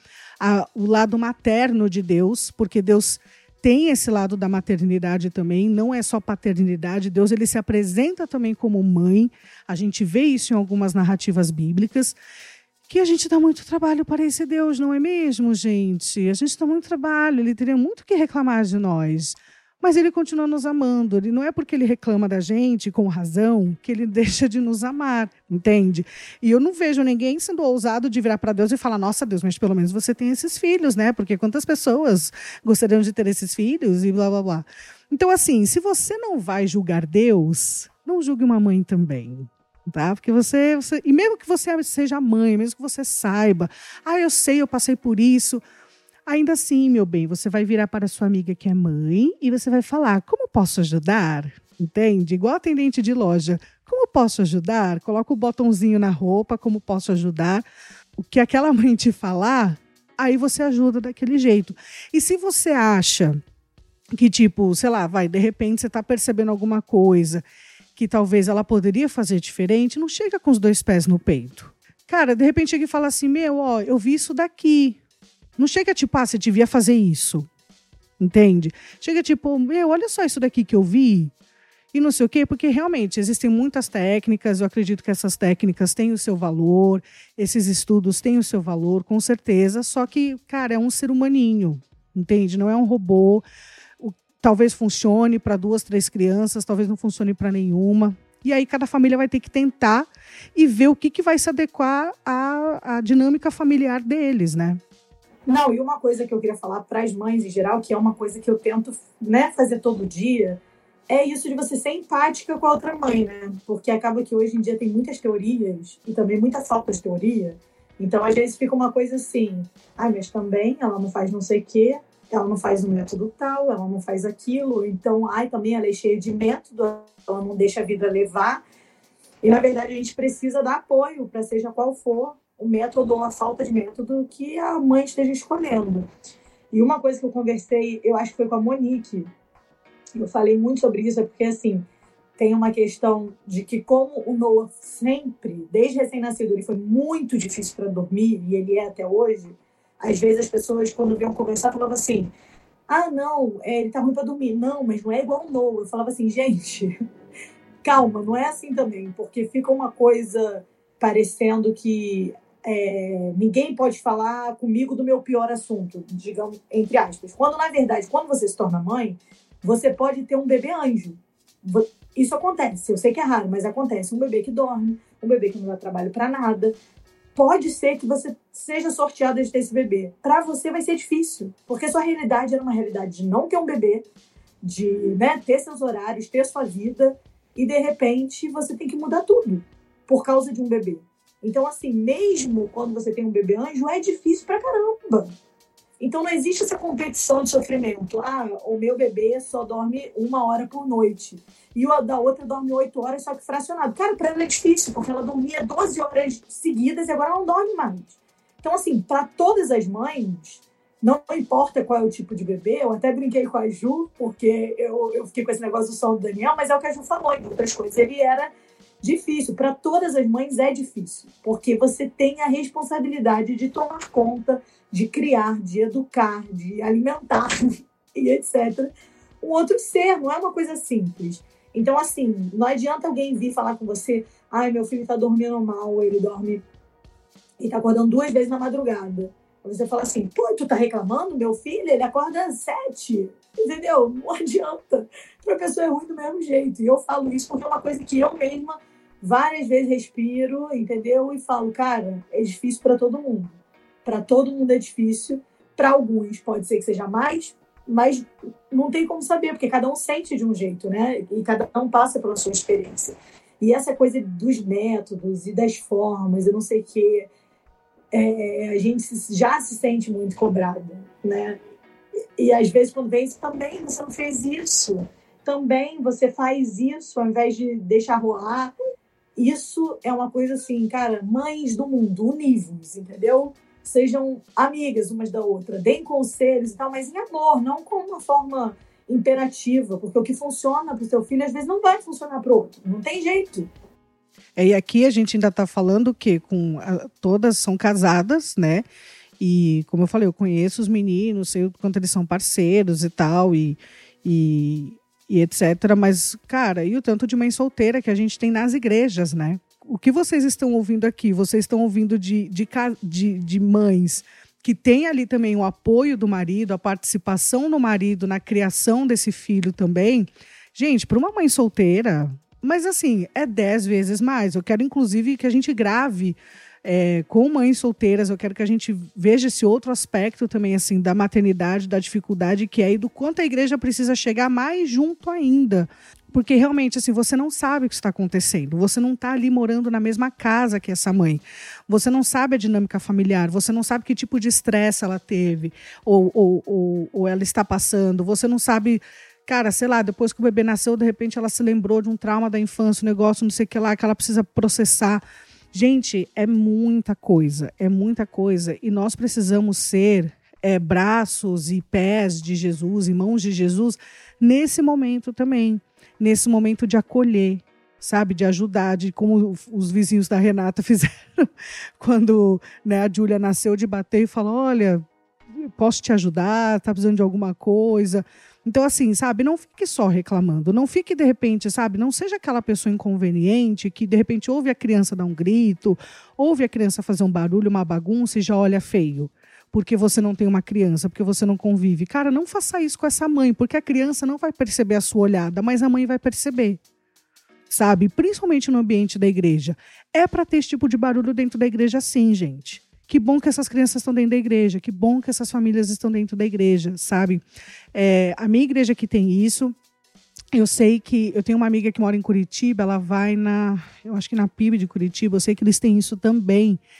o lado materno de Deus, porque Deus tem esse lado da maternidade também, não é só paternidade, Deus ele se apresenta também como mãe, a gente vê isso em algumas narrativas bíblicas, que a gente dá muito trabalho para esse Deus, não é mesmo, gente? A gente dá muito trabalho, ele teria muito o que reclamar de nós. Mas ele continua nos amando. Ele não é porque ele reclama da gente, com razão, que ele deixa de nos amar, entende? E eu não vejo ninguém sendo ousado de virar para Deus e falar, nossa, Deus, mas pelo menos você tem esses filhos, né? Porque quantas pessoas gostariam de ter esses filhos e blá, blá, blá. Então, assim, se você não vai julgar Deus, não julgue uma mãe também, tá? Porque você... E mesmo que você seja mãe, mesmo que você saiba, eu sei, eu passei por isso... Ainda assim, meu bem, você vai virar para sua amiga que é mãe e você vai falar, como posso ajudar? Entende? Igual atendente de loja. Como posso ajudar? Coloca o botãozinho na roupa, como posso ajudar? O que aquela mãe te falar, aí você ajuda daquele jeito. E se você acha que, tipo, sei lá, de repente você está percebendo alguma coisa que talvez ela poderia fazer diferente, não chega com os 2 pés no peito. Cara, de repente chega e fala assim, eu vi isso daqui. Não chega tipo, você devia fazer isso, entende? Chega tipo, olha só isso daqui que eu vi e não sei o quê, porque realmente existem muitas técnicas, eu acredito que essas técnicas têm o seu valor, esses estudos têm o seu valor, com certeza, só que, cara, é um ser humaninho, entende? Não é um robô, talvez funcione para 2, 3 crianças, talvez não funcione para nenhuma, e aí cada família vai ter que tentar e ver o que vai se adequar à dinâmica familiar deles, né? Não, e uma coisa que eu queria falar para as mães em geral, que é uma coisa que eu tento, né, fazer todo dia, é isso de você ser empática com a outra mãe, né? Porque acaba que hoje em dia tem muitas teorias, e também muita falta de teoria, Então, às vezes, fica uma coisa assim, mas também ela não faz não sei o quê, ela não faz um método tal, ela não faz aquilo, então, também ela é cheia de método, ela não deixa a vida levar. E, na verdade, a gente precisa dar apoio para seja qual for o método ou a falta de método que a mãe esteja escolhendo. E uma coisa que eu conversei, eu acho que foi com a Monique, eu falei muito sobre isso, é porque, assim, tem uma questão de que como o Noah sempre, desde recém-nascido, ele foi muito difícil para dormir, e ele é até hoje, às vezes as pessoas, quando vinham conversar, falavam assim, não, ele tá ruim para dormir. Não, mas não é igual o Noah. Eu falava assim, gente, calma, não é assim também, porque fica uma coisa parecendo que ninguém pode falar comigo do meu pior assunto, digamos, entre aspas. Quando, na verdade, quando você se torna mãe, você pode ter um bebê anjo. Isso acontece, eu sei que é raro, mas acontece. Um bebê que dorme, um bebê que não dá trabalho para nada. Pode ser que você seja sorteada de ter esse bebê. Para você vai ser difícil, porque sua realidade era uma realidade de não ter um bebê, de ter seus horários, ter sua vida, e de repente você tem que mudar tudo por causa de um bebê. Então, assim, mesmo quando você tem um bebê anjo, é difícil pra caramba. Então não existe essa competição de sofrimento. O meu bebê só dorme 1 hora por noite. E o da outra dorme 8 horas, só que fracionado. Cara, pra ela é difícil, porque ela dormia 12 horas seguidas e agora ela não dorme mais. Então, assim, para todas as mães, não importa qual é o tipo de bebê, eu até brinquei com a Ju, porque eu fiquei com esse negócio do som do Daniel, mas é o que a Ju falou, em outras coisas. Ele era difícil. Para todas as mães é difícil, porque você tem a responsabilidade de tomar conta, de criar, de educar, de alimentar e etc. Um outro ser, não é uma coisa simples. Então, assim, não adianta alguém vir falar com você, meu filho está dormindo mal, ele dorme e está acordando 2 vezes na madrugada. Você fala assim, tu tá reclamando? Meu filho, ele acorda às 7, entendeu? Não adianta. Para a pessoa é ruim do mesmo jeito. E eu falo isso porque é uma coisa que eu mesma várias vezes respiro, entendeu? E falo, cara, é difícil para todo mundo. Para todo mundo é difícil. Para alguns pode ser que seja mais, mas não tem como saber, porque cada um sente de um jeito, né? E cada um passa pela sua experiência. E essa coisa dos métodos e das formas, eu não sei o quê, a gente já se sente muito cobrada, né? E às vezes quando vem isso também, você não fez isso. Também você faz isso ao invés de deixar rolar. Isso é uma coisa assim, cara, mães do mundo, univos, entendeu? Sejam amigas umas da outra, deem conselhos e tal, mas em amor, não com uma forma imperativa, porque o que funciona para o seu filho às vezes não vai funcionar para o outro, não tem jeito. E aqui a gente ainda está falando o quê? Todas são casadas, né? E como eu falei, eu conheço os meninos, sei o quanto eles são parceiros e tal, e etc. Mas, cara, e o tanto de mãe solteira que a gente tem nas igrejas, né? O que vocês estão ouvindo aqui? Vocês estão ouvindo de mães que têm ali também o apoio do marido, a participação do marido na criação desse filho também. Gente, para uma mãe solteira, mas assim, é 10 vezes mais. Eu quero, inclusive, que a gente grave com mães solteiras, eu quero que a gente veja esse outro aspecto também, assim, da maternidade, da dificuldade que é e do quanto a igreja precisa chegar mais junto ainda. Porque realmente, assim, você não sabe o que está acontecendo. Você não está ali morando na mesma casa que essa mãe. Você não sabe a dinâmica familiar. Você não sabe que tipo de estresse ela teve ou ela está passando. Você não sabe, cara, sei lá, depois que o bebê nasceu, de repente ela se lembrou de um trauma da infância, um negócio, não sei o que lá, que ela precisa processar. Gente, é muita coisa. E nós precisamos ser braços e pés de Jesus e mãos de Jesus nesse momento também. Nesse momento de acolher, sabe? De ajudar, de como os vizinhos da Renata fizeram quando, né, a Júlia nasceu, de bater e falar, olha, posso te ajudar? Tá precisando de alguma coisa? Então, assim, sabe? Não fique só reclamando. Não fique, de repente, sabe? Não seja aquela pessoa inconveniente que, de repente, ouve a criança dar um grito, ouve a criança fazer um barulho, uma bagunça e já olha feio. Porque você não tem uma criança, porque você não convive. Cara, não faça isso com essa mãe, porque a criança não vai perceber a sua olhada, mas a mãe vai perceber, sabe? Principalmente no ambiente da igreja. É para ter esse tipo de barulho dentro da igreja sim, gente. Que bom que essas crianças estão dentro da igreja, que bom que essas famílias estão dentro da igreja, sabe? A minha igreja que tem isso, eu sei que... Eu tenho uma amiga que mora em Curitiba, ela vai eu acho que na PIB de Curitiba, eu sei que eles têm isso também.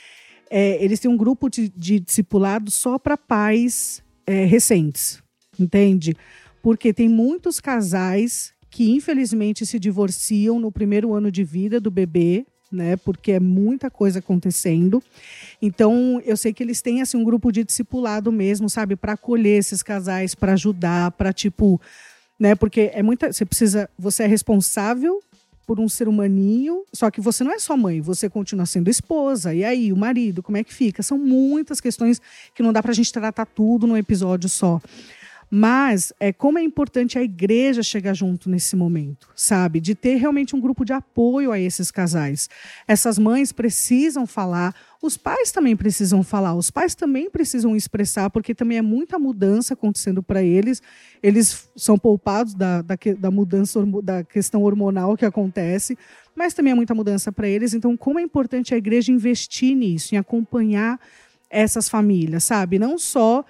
eles têm um grupo de discipulado só para pais recentes, entende? Porque tem muitos casais que infelizmente se divorciam no primeiro ano de vida do bebê, né? Porque é muita coisa acontecendo. Então, eu sei que eles têm assim, um grupo de discipulado mesmo, sabe? Para acolher esses casais, para ajudar, para tipo, né? Porque você é responsável por um ser humaninho, só que você não é só mãe, você continua sendo esposa. E aí, o marido, como é que fica? São muitas questões que não dá pra gente tratar tudo num episódio só. Mas como é importante a igreja chegar junto nesse momento, sabe? De ter realmente um grupo de apoio a esses casais. Essas mães precisam falar, os pais também precisam falar, os pais também precisam expressar, porque também é muita mudança acontecendo para eles. Eles são poupados da mudança, da questão hormonal que acontece, mas também é muita mudança para eles. Então, como é importante a igreja investir nisso, em acompanhar essas famílias, sabe? Não só...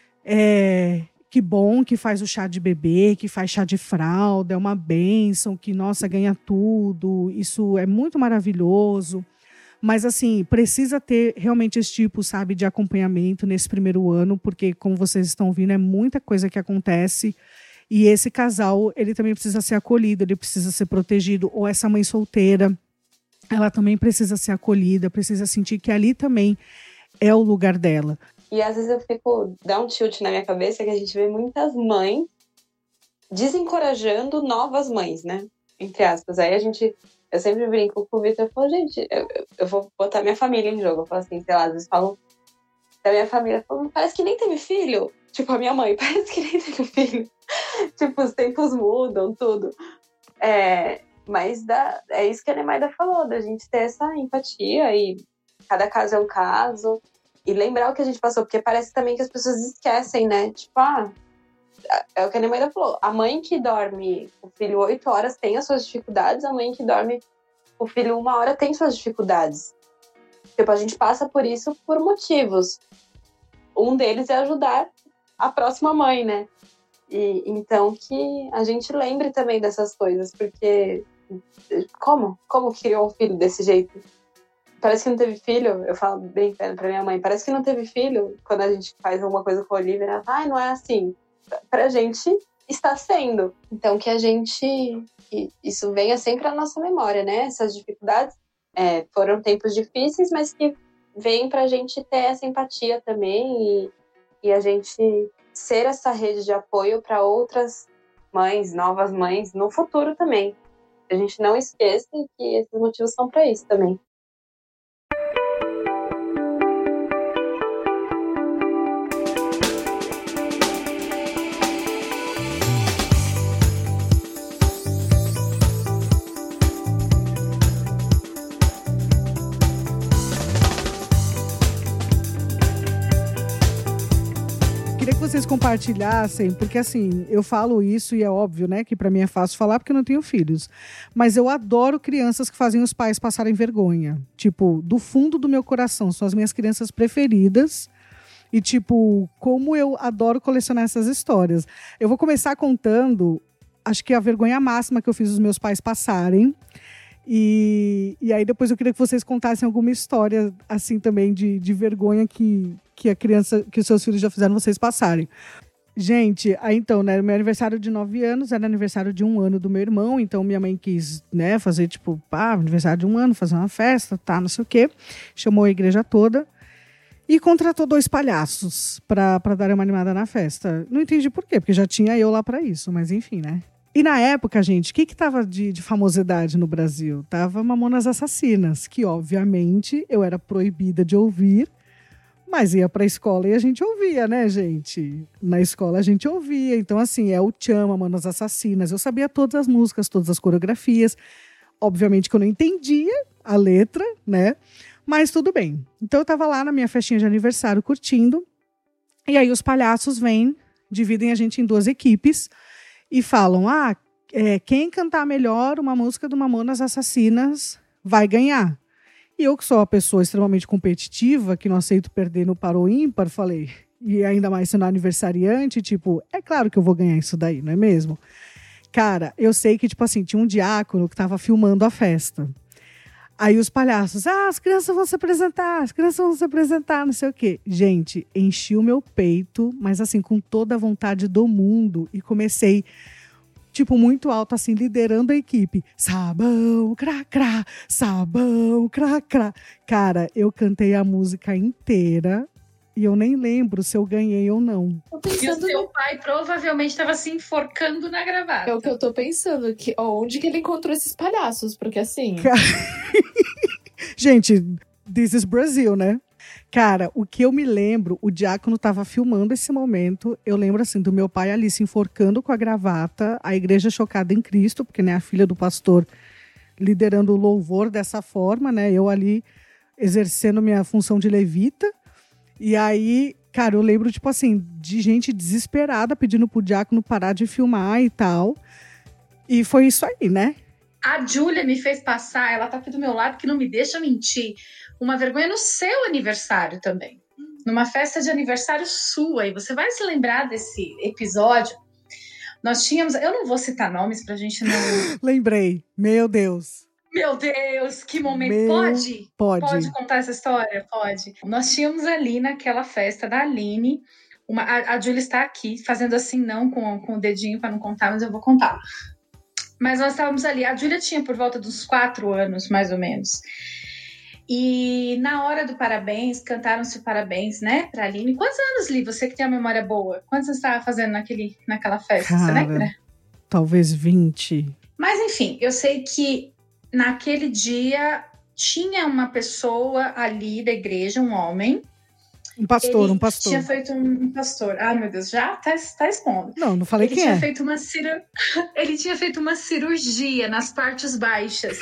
que bom que faz o chá de bebê, que faz chá de fralda, é uma bênção, que, nossa, ganha tudo, isso é muito maravilhoso. Mas, assim, precisa ter realmente esse tipo, sabe, de acompanhamento nesse primeiro ano, porque, como vocês estão vendo, é muita coisa que acontece e esse casal, ele também precisa ser acolhido, ele precisa ser protegido, ou essa mãe solteira, ela também precisa ser acolhida, precisa sentir que ali também é o lugar dela. E às vezes dá um tilt na minha cabeça que a gente vê muitas mães desencorajando novas mães, né? Entre aspas. Aí eu sempre brinco com o Vitor, eu falo, gente, eu vou botar minha família em jogo. Eu falo assim, sei lá, às vezes falo da minha família, falo, parece que nem teve filho. Tipo, a minha mãe, parece que nem teve filho. Tipo, os tempos mudam, tudo. Mas é isso que a Nemaida falou, da gente ter essa empatia e cada caso é um caso. E lembrar o que a gente passou, porque parece também que as pessoas esquecem, né? Tipo, é o que a Nemaida falou. A mãe que dorme o filho 8 horas tem as suas dificuldades, a mãe que dorme o filho 1 hora tem suas dificuldades. Tipo, a gente passa por isso por motivos. Um deles é ajudar a próxima mãe, né? E então que a gente lembre também dessas coisas, porque como criou um filho desse jeito? Parece que não teve filho, eu falo brincando pra minha mãe, parece que não teve filho quando a gente faz alguma coisa com a Olivia, ela fala, não é assim. Pra gente está sendo. Então que isso venha sempre à nossa memória, né? Essas dificuldades foram tempos difíceis, mas que vem pra gente ter essa empatia também e a gente ser essa rede de apoio para outras mães, novas mães, no futuro também. A gente não esqueça que esses motivos são para isso também. Queria que vocês compartilhassem, porque assim, eu falo isso e é óbvio, né, que pra mim é fácil falar porque eu não tenho filhos. Mas eu adoro crianças que fazem os pais passarem vergonha. Tipo, do fundo do meu coração, são as minhas crianças preferidas. E tipo, como eu adoro colecionar essas histórias. Eu vou começar contando, acho que a vergonha máxima que eu fiz os meus pais passarem. E aí depois eu queria que vocês contassem alguma história assim também de vergonha que a criança, que os seus filhos já fizeram vocês passarem. Gente, aí então, né, meu aniversário de 9 anos era aniversário de 1 ano do meu irmão, então minha mãe quis, né, fazer tipo, aniversário de 1 ano, fazer uma festa, não sei o quê. Chamou a igreja toda e contratou 2 palhaços pra dar uma animada na festa. Não entendi por quê, porque já tinha eu lá pra isso, mas enfim, né. E na época, gente, o que tava de famosidade no Brasil? Tava Mamonas Assassinas, que obviamente eu era proibida de ouvir, mas ia pra escola e a gente ouvia, né, gente? Na escola a gente ouvia. Então, assim, é o Tchan, Mamonas Assassinas. Eu sabia todas as músicas, todas as coreografias. Obviamente que eu não entendia a letra, né? Mas tudo bem. Então, eu tava lá na minha festinha de aniversário curtindo. E aí os palhaços vêm, dividem a gente em 2 equipes e falam, quem cantar melhor uma música do Mamonas Assassinas vai ganhar. E eu, que sou uma pessoa extremamente competitiva, que não aceito perder no par ou ímpar, falei, e ainda mais sendo aniversariante, tipo, é claro que eu vou ganhar isso daí, não é mesmo? Cara, eu sei que, tipo assim, tinha um diácono que tava filmando a festa. Aí os palhaços, as crianças vão se apresentar, não sei o quê. Gente, enchi o meu peito, mas assim, com toda a vontade do mundo, e comecei, tipo, muito alto, assim, liderando a equipe. Sabão, crá, sabão, crá. Cara, eu cantei a música inteira e eu nem lembro se eu ganhei ou não. E o seu pai provavelmente estava se enforcando na gravata. É o que eu tô pensando, que onde que ele encontrou esses palhaços? Porque assim... Gente, this is Brazil, né? Cara, o que eu me lembro, o diácono tava filmando esse momento, eu lembro assim, do meu pai ali se enforcando com a gravata, a igreja chocada em Cristo, porque né, a filha do pastor liderando o louvor dessa forma, né? Eu ali exercendo minha função de levita. E aí, cara, eu lembro, tipo assim, de gente desesperada pedindo pro diácono parar de filmar e tal. E foi isso aí, né? A Júlia me fez passar, ela tá aqui do meu lado, que não me deixa mentir, uma vergonha no seu aniversário também. Numa festa de aniversário sua. E você vai se lembrar desse episódio. Nós tínhamos... Eu não vou citar nomes pra gente não... Lembrei. Meu Deus. Meu Deus, que momento. Pode contar essa história? Pode. Nós tínhamos ali naquela festa da Aline, a Júlia está aqui, fazendo assim não com o dedinho para não contar, mas eu vou contar. Mas nós estávamos ali, a Júlia tinha por volta dos 4 anos, mais ou menos. E na hora do parabéns, cantaram-se o parabéns, né, pra Aline. Quantos anos, Li, você que tem a memória boa? Quantos você estava fazendo naquela festa, cara, você lembra? Talvez 20. Mas enfim, eu sei que naquele dia tinha uma pessoa ali da igreja, um homem. Um pastor. Tinha feito um pastor. Ai, meu Deus, já tá expondo. Não falei quem é. Ele tinha feito uma cirurgia nas partes baixas.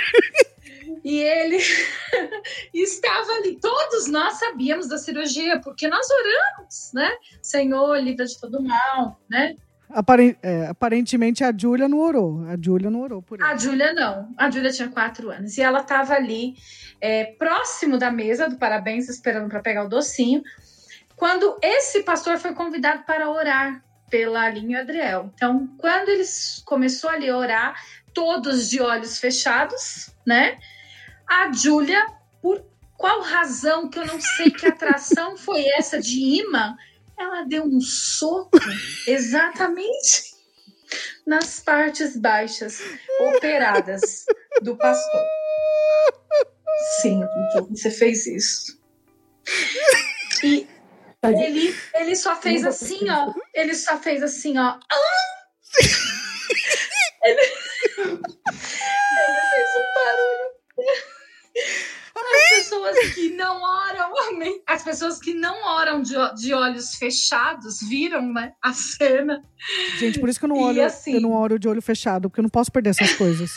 E ele estava ali. Todos nós sabíamos da cirurgia, porque nós oramos, né? Senhor, livra de todo mal, né? Aparentemente a Júlia não orou. A Júlia não orou por ele. A Júlia não. A Júlia tinha 4 anos. E ela estava ali, próximo da mesa do parabéns, esperando para pegar o docinho, quando esse pastor foi convidado para orar pela Aline e o Adriel. Então, quando ele começou ali a orar, todos de olhos fechados, né? A Júlia, por qual razão, que eu não sei que atração foi essa de imã, ela deu um soco exatamente nas partes baixas operadas do pastor. Sim, você fez isso. E ele só fez assim, ó. Ele só fez assim, ó. Ele fez um barulho. As pessoas que não oram de olhos fechados viram, né, a cena. Gente, por isso que eu não olho, assim, eu não oro de olho fechado, porque eu não posso perder essas coisas.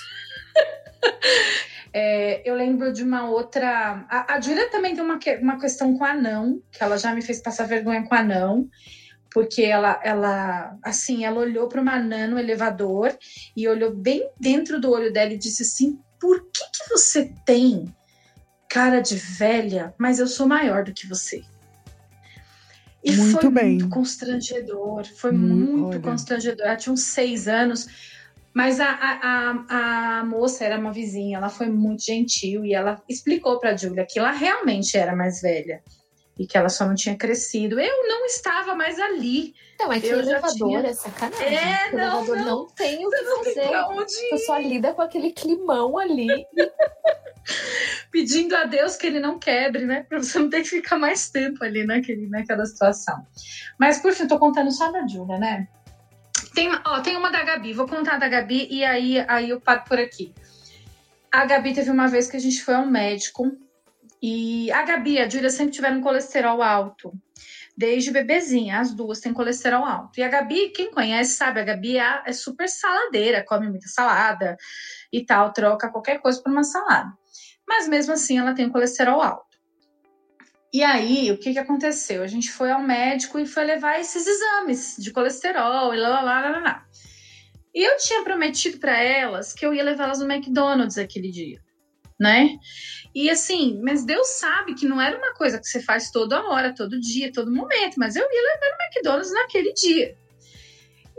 Eu lembro de uma outra... A Júlia também tem uma questão com anão, que ela já me fez passar vergonha com anão, porque ela olhou para uma anã no elevador e olhou bem dentro do olho dela e disse assim: por que você tem cara de velha, mas eu sou maior do que você? E muito foi bem. Muito constrangedor. Foi muito constrangedor. Ela tinha uns 6 anos, mas a moça era uma vizinha, ela foi muito gentil e ela explicou pra Júlia que ela realmente era mais velha e que ela só não tinha crescido. Eu não estava mais ali. Não, é que o elevador é sacanagem. O elevador não tem o que fazer. Você só lida com aquele climão ali. Pedindo a Deus que ele não quebre, né? Pra você não ter que ficar mais tempo ali naquela situação. Mas, por fim, tô contando só da Júlia, né? Tem uma da Gabi. Vou contar da Gabi e aí eu paro por aqui. A Gabi teve uma vez que a gente foi ao médico e a Gabi e a Júlia sempre tiveram colesterol alto. Desde bebezinha, as duas têm colesterol alto. E a Gabi, quem conhece sabe, a Gabi é super saladeira, come muita salada e tal, troca qualquer coisa por uma salada. Mas mesmo assim ela tem colesterol alto. E aí, o que aconteceu? A gente foi ao médico e foi levar esses exames de colesterol e lá. E eu tinha prometido para elas que eu ia levá-las no McDonald's aquele dia, né? E assim, mas Deus sabe que não era uma coisa que você faz toda hora, todo dia, todo momento, mas eu ia levar no McDonald's naquele dia.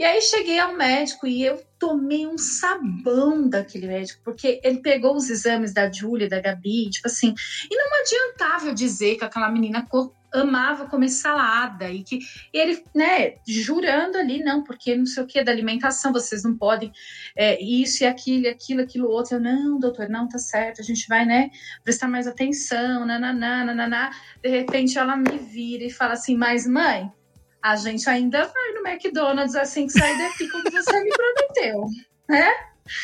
E aí cheguei ao médico e eu tomei um sabão daquele médico, porque ele pegou os exames da Júlia, da Gabi, tipo assim, e não adiantava eu dizer que aquela menina amava comer salada e ele, né, jurando ali, não, porque não sei o que da alimentação, vocês não podem isso e aquilo outro. Eu, não, doutor, não, tá certo, a gente vai, né, prestar mais atenção, nananá. De repente ela me vira e fala assim, mas mãe, a gente ainda vai no McDonald's assim que sair daqui como você me prometeu, né?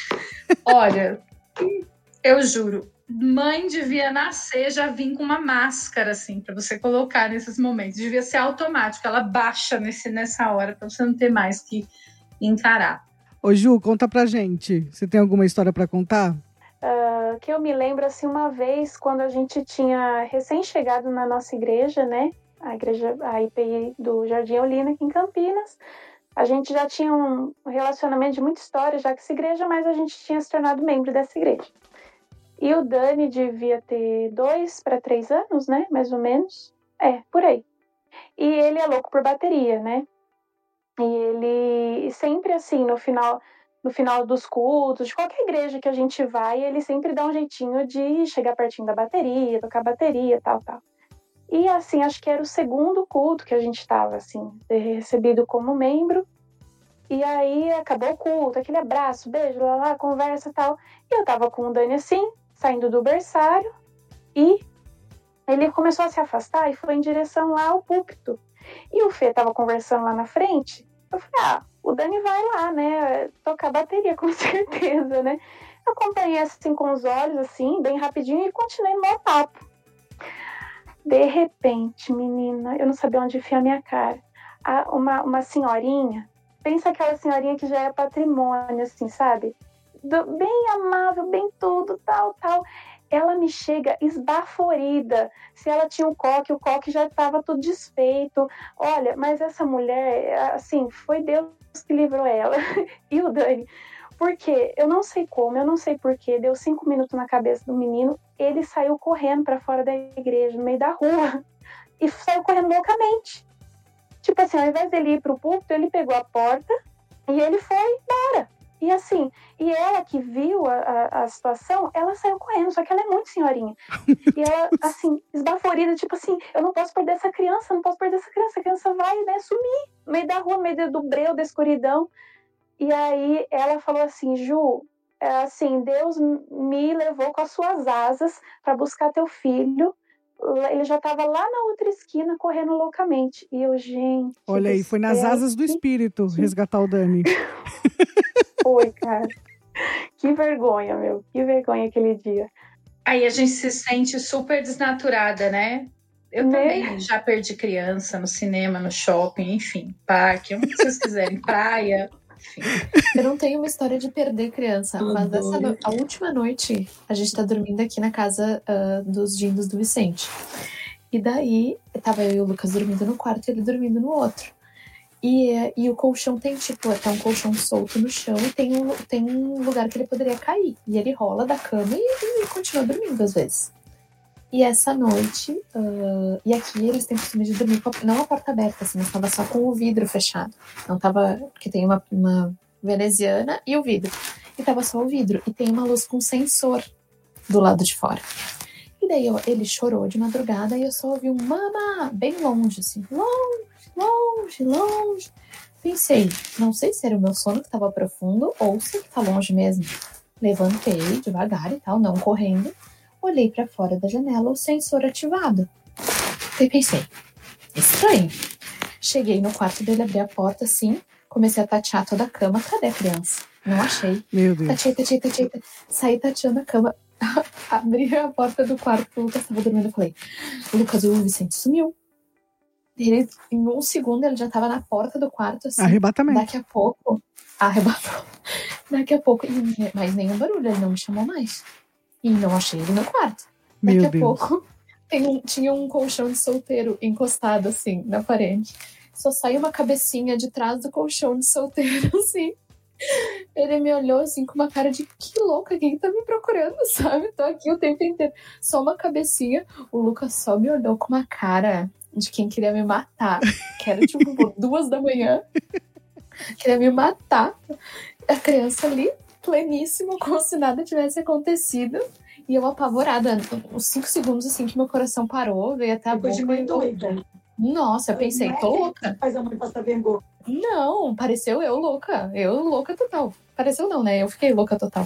Olha, eu juro, mãe devia nascer, já vir com uma máscara, assim, para você colocar nesses momentos. Devia ser automático, ela baixa nessa hora, para você não ter mais que encarar. Ô Ju, conta pra gente. Você tem alguma história para contar? Que eu me lembro, assim, uma vez, quando a gente tinha recém-chegado na nossa igreja, né? A IPI do Jardim Olinda, aqui em Campinas. A gente já tinha um relacionamento de muita história já com essa igreja, mas a gente tinha se tornado membro dessa igreja. E o Dani devia ter 2 para 3 anos, né? Mais ou menos. Por aí. E ele é louco por bateria, né? E ele sempre, assim, no final dos cultos, de qualquer igreja que a gente vai, ele sempre dá um jeitinho de chegar pertinho da bateria, tocar bateria, tal. E, assim, acho que era o segundo culto que a gente estava, assim, recebido como membro. E aí, acabou o culto, aquele abraço, beijo, lá, conversa e tal. E eu tava com o Dani, assim, saindo do berçário. E ele começou a se afastar e foi em direção lá ao púlpito. E o Fê tava conversando lá na frente. Eu falei, o Dani vai lá, né, tocar bateria, com certeza, né. Eu acompanhei, assim, com os olhos, assim, bem rapidinho e continuei no meu papo. De repente, menina, eu não sabia onde enfiar a minha cara. Uma senhorinha, pensa aquela senhorinha que já é patrimônio, assim, sabe? Bem amável, bem tudo, tal. Ela me chega esbaforida. Se ela tinha o coque já estava tudo desfeito. Olha, mas essa mulher, assim, foi Deus que livrou ela. E o Dani, porque eu não sei como, eu não sei porquê, deu 5 minutos na cabeça do menino, ele saiu correndo para fora da igreja, no meio da rua, e saiu correndo loucamente. Tipo assim, ao invés dele ir pro púlpito, ele pegou a porta e ele foi embora. E assim, e ela que viu a situação, ela saiu correndo, só que ela é muito senhorinha. E ela, assim, esbaforida, tipo assim, eu não posso perder essa criança, a criança vai, né, sumir, no meio da rua, no meio do breu, da escuridão. E aí ela falou assim, Ju, assim, Deus me levou com as suas asas para buscar teu filho. Ele já estava lá na outra esquina, correndo loucamente. E eu, gente... Olha aí, foi nas asas do espírito resgatar o Dani. Foi, cara. Que vergonha, meu. Que vergonha aquele dia. Aí a gente se sente super desnaturada, né? Eu também já perdi criança no cinema, no shopping, enfim, parque, onde vocês quiserem, praia... Eu não tenho uma história de perder criança, mas a última noite a gente tá dormindo aqui na casa dos Dindos do Vicente. E daí tava eu e o Lucas dormindo no quarto e ele dormindo no outro. E o colchão tem tá um colchão solto no chão e tem um lugar que ele poderia cair. E ele rola da cama e continua dormindo às vezes. E essa noite, e aqui eles têm costume de dormir não a porta aberta, assim, mas tava só com o vidro fechado. Não tava, porque tem uma veneziana e o vidro. E tava só o vidro. E tem uma luz com sensor do lado de fora. E daí ele chorou de madrugada e eu só ouvi um mama bem longe, assim. Longe. Pensei, não sei se era o meu sono que tava profundo ou se ele tá longe mesmo. Levantei devagar e tal, não correndo. Olhei pra fora da janela, o sensor ativado. E pensei, estranho. Cheguei no quarto dele, abri a porta assim, comecei a tatear toda a cama. Cadê a criança? Não achei. Meu Deus. Tatei. Saí tateando a cama. Abri a porta do quarto que o Lucas estava dormindo. Eu falei, Lucas, o Vicente sumiu. Ele, em 1 segundo, ele já tava na porta do quarto, assim. Arrebatamento. Daqui a pouco, arrebatou. Daqui a pouco, mas nenhum barulho, ele não me chamou mais. E não achei ele no quarto. Daqui a pouco, tinha um colchão de solteiro encostado, assim, na parede. Só saiu uma cabecinha de trás do colchão de solteiro, assim. Ele me olhou, assim, com uma cara de que louca, quem tá me procurando, sabe? Tô aqui o tempo inteiro. Só uma cabecinha. O Lucas só me olhou com uma cara de quem queria me matar. Que era, tipo, 2 da manhã. queria me matar. A criança ali, pleníssima, como se nada tivesse acontecido. E eu apavorada, uns 5 segundos assim que meu coração parou, veio até a boca. Depois de mãe doida. Nossa, eu pensei, tô louca. Faz a mãe passar vergonha. Não, pareceu eu louca total. Pareceu não, né? Eu fiquei louca total.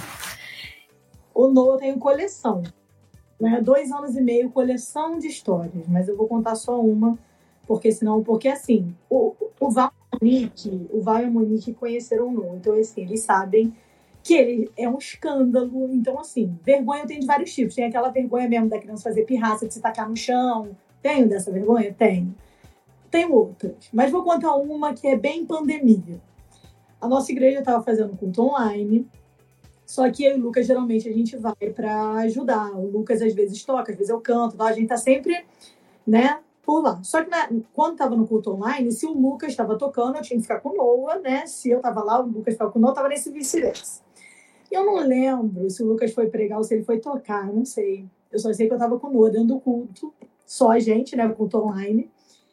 O Noah tem coleção, né? 2 anos e meio, coleção de histórias, mas eu vou contar só uma, porque assim, o Val e a Monique conheceram o Noah, então assim, eles sabem que ele é um escândalo. Então, assim, vergonha eu tenho de vários tipos. Tem aquela vergonha mesmo da criança fazer pirraça, de se tacar no chão. Tenho dessa vergonha? Tenho. Tenho outras. Mas vou contar uma que é bem pandemia. A nossa igreja estava fazendo culto online, só que eu e o Lucas, geralmente, a gente vai para ajudar. O Lucas, às vezes, toca, às vezes eu canto. Então a gente tá sempre, né, por lá. Só que quando estava no culto online, se o Lucas estava tocando, eu tinha que ficar com o Noah, né? Se eu estava lá, o Lucas ficava com o Noah, estava nesse vice-versa. Eu não lembro se o Lucas foi pregar ou se ele foi tocar, não sei. Eu só sei que eu estava com o Noah dentro do culto, só a gente, né, o culto online.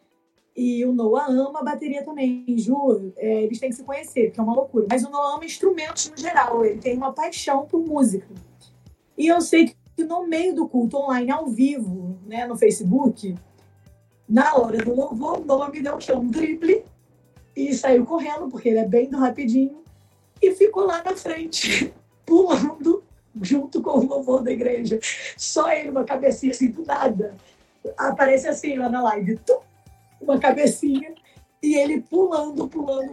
E o Noah ama a bateria também, juro. Eles têm que se conhecer, porque é uma loucura. Mas o Noah ama instrumentos no geral, ele tem uma paixão por música. E eu sei que no meio do culto online, ao vivo, né, no Facebook, na hora do louvor, o Noah me deu um drible e saiu correndo, porque ele é bem do rapidinho, e ficou lá na frente, pulando junto com o louvor da igreja. Só ele, uma cabecinha assim, do nada. Aparece assim lá na live, uma cabecinha, e ele pulando.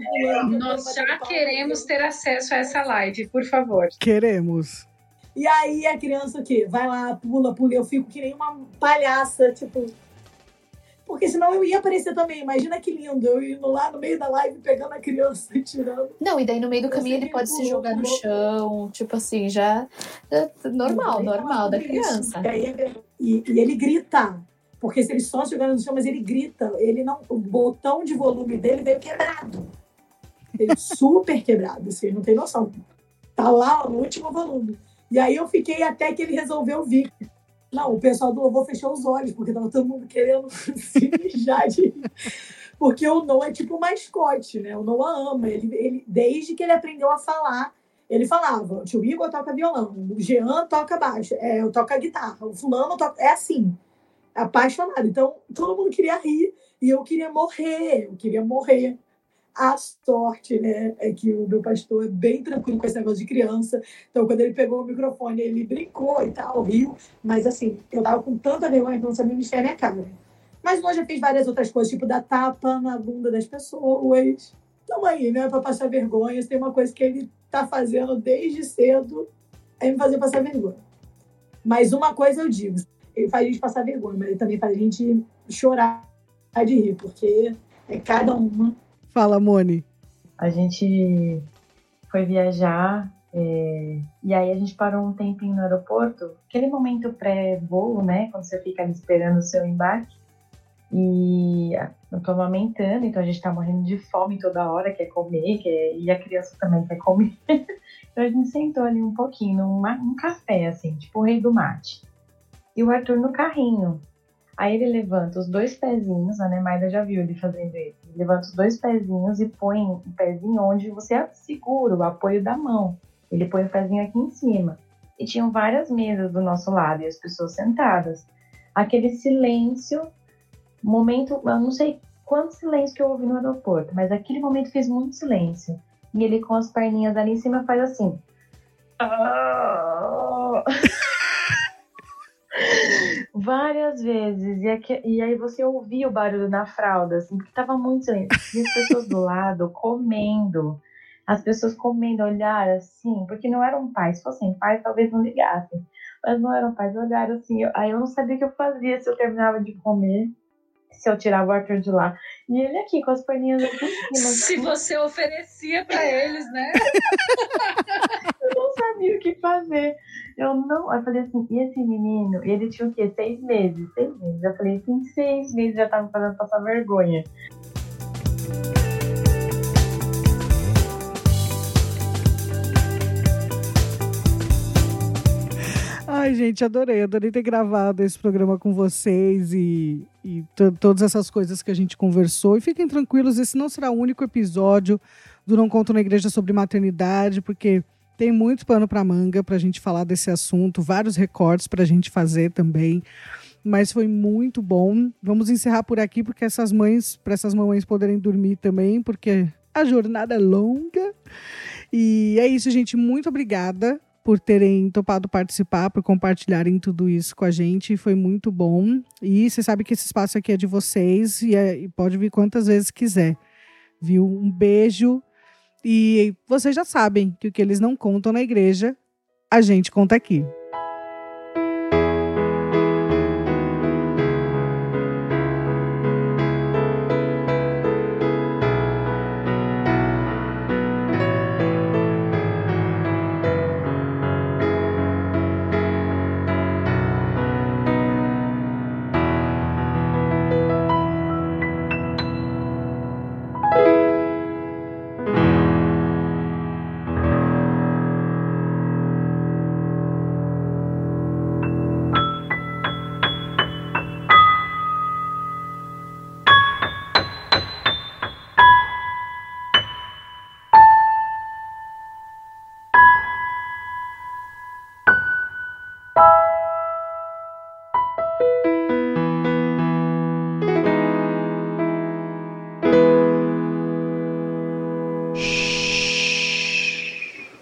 Nós já queremos ter acesso a essa live, por favor. Queremos. E aí a criança o quê? Vai lá, pula, e eu fico que nem uma palhaça, tipo... Porque senão eu ia aparecer também. Imagina que lindo, eu indo lá no meio da live, pegando a criança e tirando. Não, e daí no meio do caminho ele pode se jogar no chão, tipo assim, já... Normal da criança. E ele grita. Porque se ele só se jogar no chão, mas ele grita. O botão de volume dele veio quebrado. Ele super quebrado, vocês não tem noção. Tá lá no último volume. E aí eu fiquei até que ele resolveu vir. Não, o pessoal do louvor fechou os olhos, porque tava todo mundo querendo se mijar de... Porque o Noah é tipo um mascote, né? O Noah ama. Ele, desde que ele aprendeu a falar, ele falava, o tio Igor toca violão, o Jean toca baixo, eu toco a guitarra, o fulano toca... É assim, apaixonado. Então, todo mundo queria rir e eu queria morrer. A sorte, né, é que o meu pastor é bem tranquilo com esse negócio de criança. Então, quando ele pegou o microfone, ele brincou e tal, riu. Mas, assim, eu tava com tanta vergonha que não sabia mexer a minha cara. Mas nós já fez várias outras coisas, tipo dar tapa na bunda das pessoas. Então, aí, né, pra passar vergonha. Se tem uma coisa que ele tá fazendo desde cedo, é me fazer passar vergonha. Mas uma coisa eu digo, ele faz a gente passar vergonha, mas ele também faz a gente chorar de rir, porque é cada uma. Fala, Moni. A gente foi viajar e aí a gente parou um tempinho no aeroporto. Aquele momento pré-voo, né? Quando você fica ali esperando o seu embarque. E eu tô amamentando, então a gente tá morrendo de fome toda hora, quer comer, e a criança também quer comer. Então a gente sentou ali um pouquinho, num café, assim, tipo o rei do mate. E o Arthur no carrinho. Aí ele levanta os 2 pezinhos, a Nemaida já viu ele fazendo isso. Ele levanta os 2 pezinhos e põe o pezinho onde você segura o apoio da mão. Ele põe o pezinho aqui em cima. E tinham várias mesas do nosso lado e as pessoas sentadas. Aquele silêncio, momento, eu não sei quanto silêncio que eu ouvi no aeroporto, mas aquele momento fez muito silêncio. E ele com as perninhas ali em cima faz assim. Várias vezes, e aí você ouvia o barulho na fralda, assim, porque tava muito silêncio. E as pessoas do lado comendo, olhar assim, porque não eram pais. Se fossem pais, talvez não ligassem, mas não eram pais, olharam assim. Aí eu não sabia o que eu fazia, se eu terminava de comer, se eu tirava o Arthur de lá. E ele aqui, com as perninhas aqui em cima. Se você oferecia pra eles, né? Eu não sabia o que fazer. Eu falei assim, e esse menino, ele tinha o quê? 6 meses. Eu falei assim, 6 meses já tava me fazendo passar vergonha. Ai, Ai, gente, adorei ter gravado esse programa com vocês e todas essas coisas que a gente conversou. E fiquem tranquilos, esse não será o único episódio do Não Conto na Igreja sobre maternidade, porque tem muito pano pra manga pra gente falar desse assunto, vários recortes pra gente fazer também. Mas foi muito bom. Vamos encerrar por aqui, porque para essas mamães poderem dormir também, porque a jornada é longa. E é isso, gente. Muito obrigada por terem topado participar, por compartilharem tudo isso com a gente. Foi muito bom. E você sabe que esse espaço aqui é de vocês e pode vir quantas vezes quiser. Viu? Um beijo. E vocês já sabem que o que eles não contam na igreja, a gente conta aqui.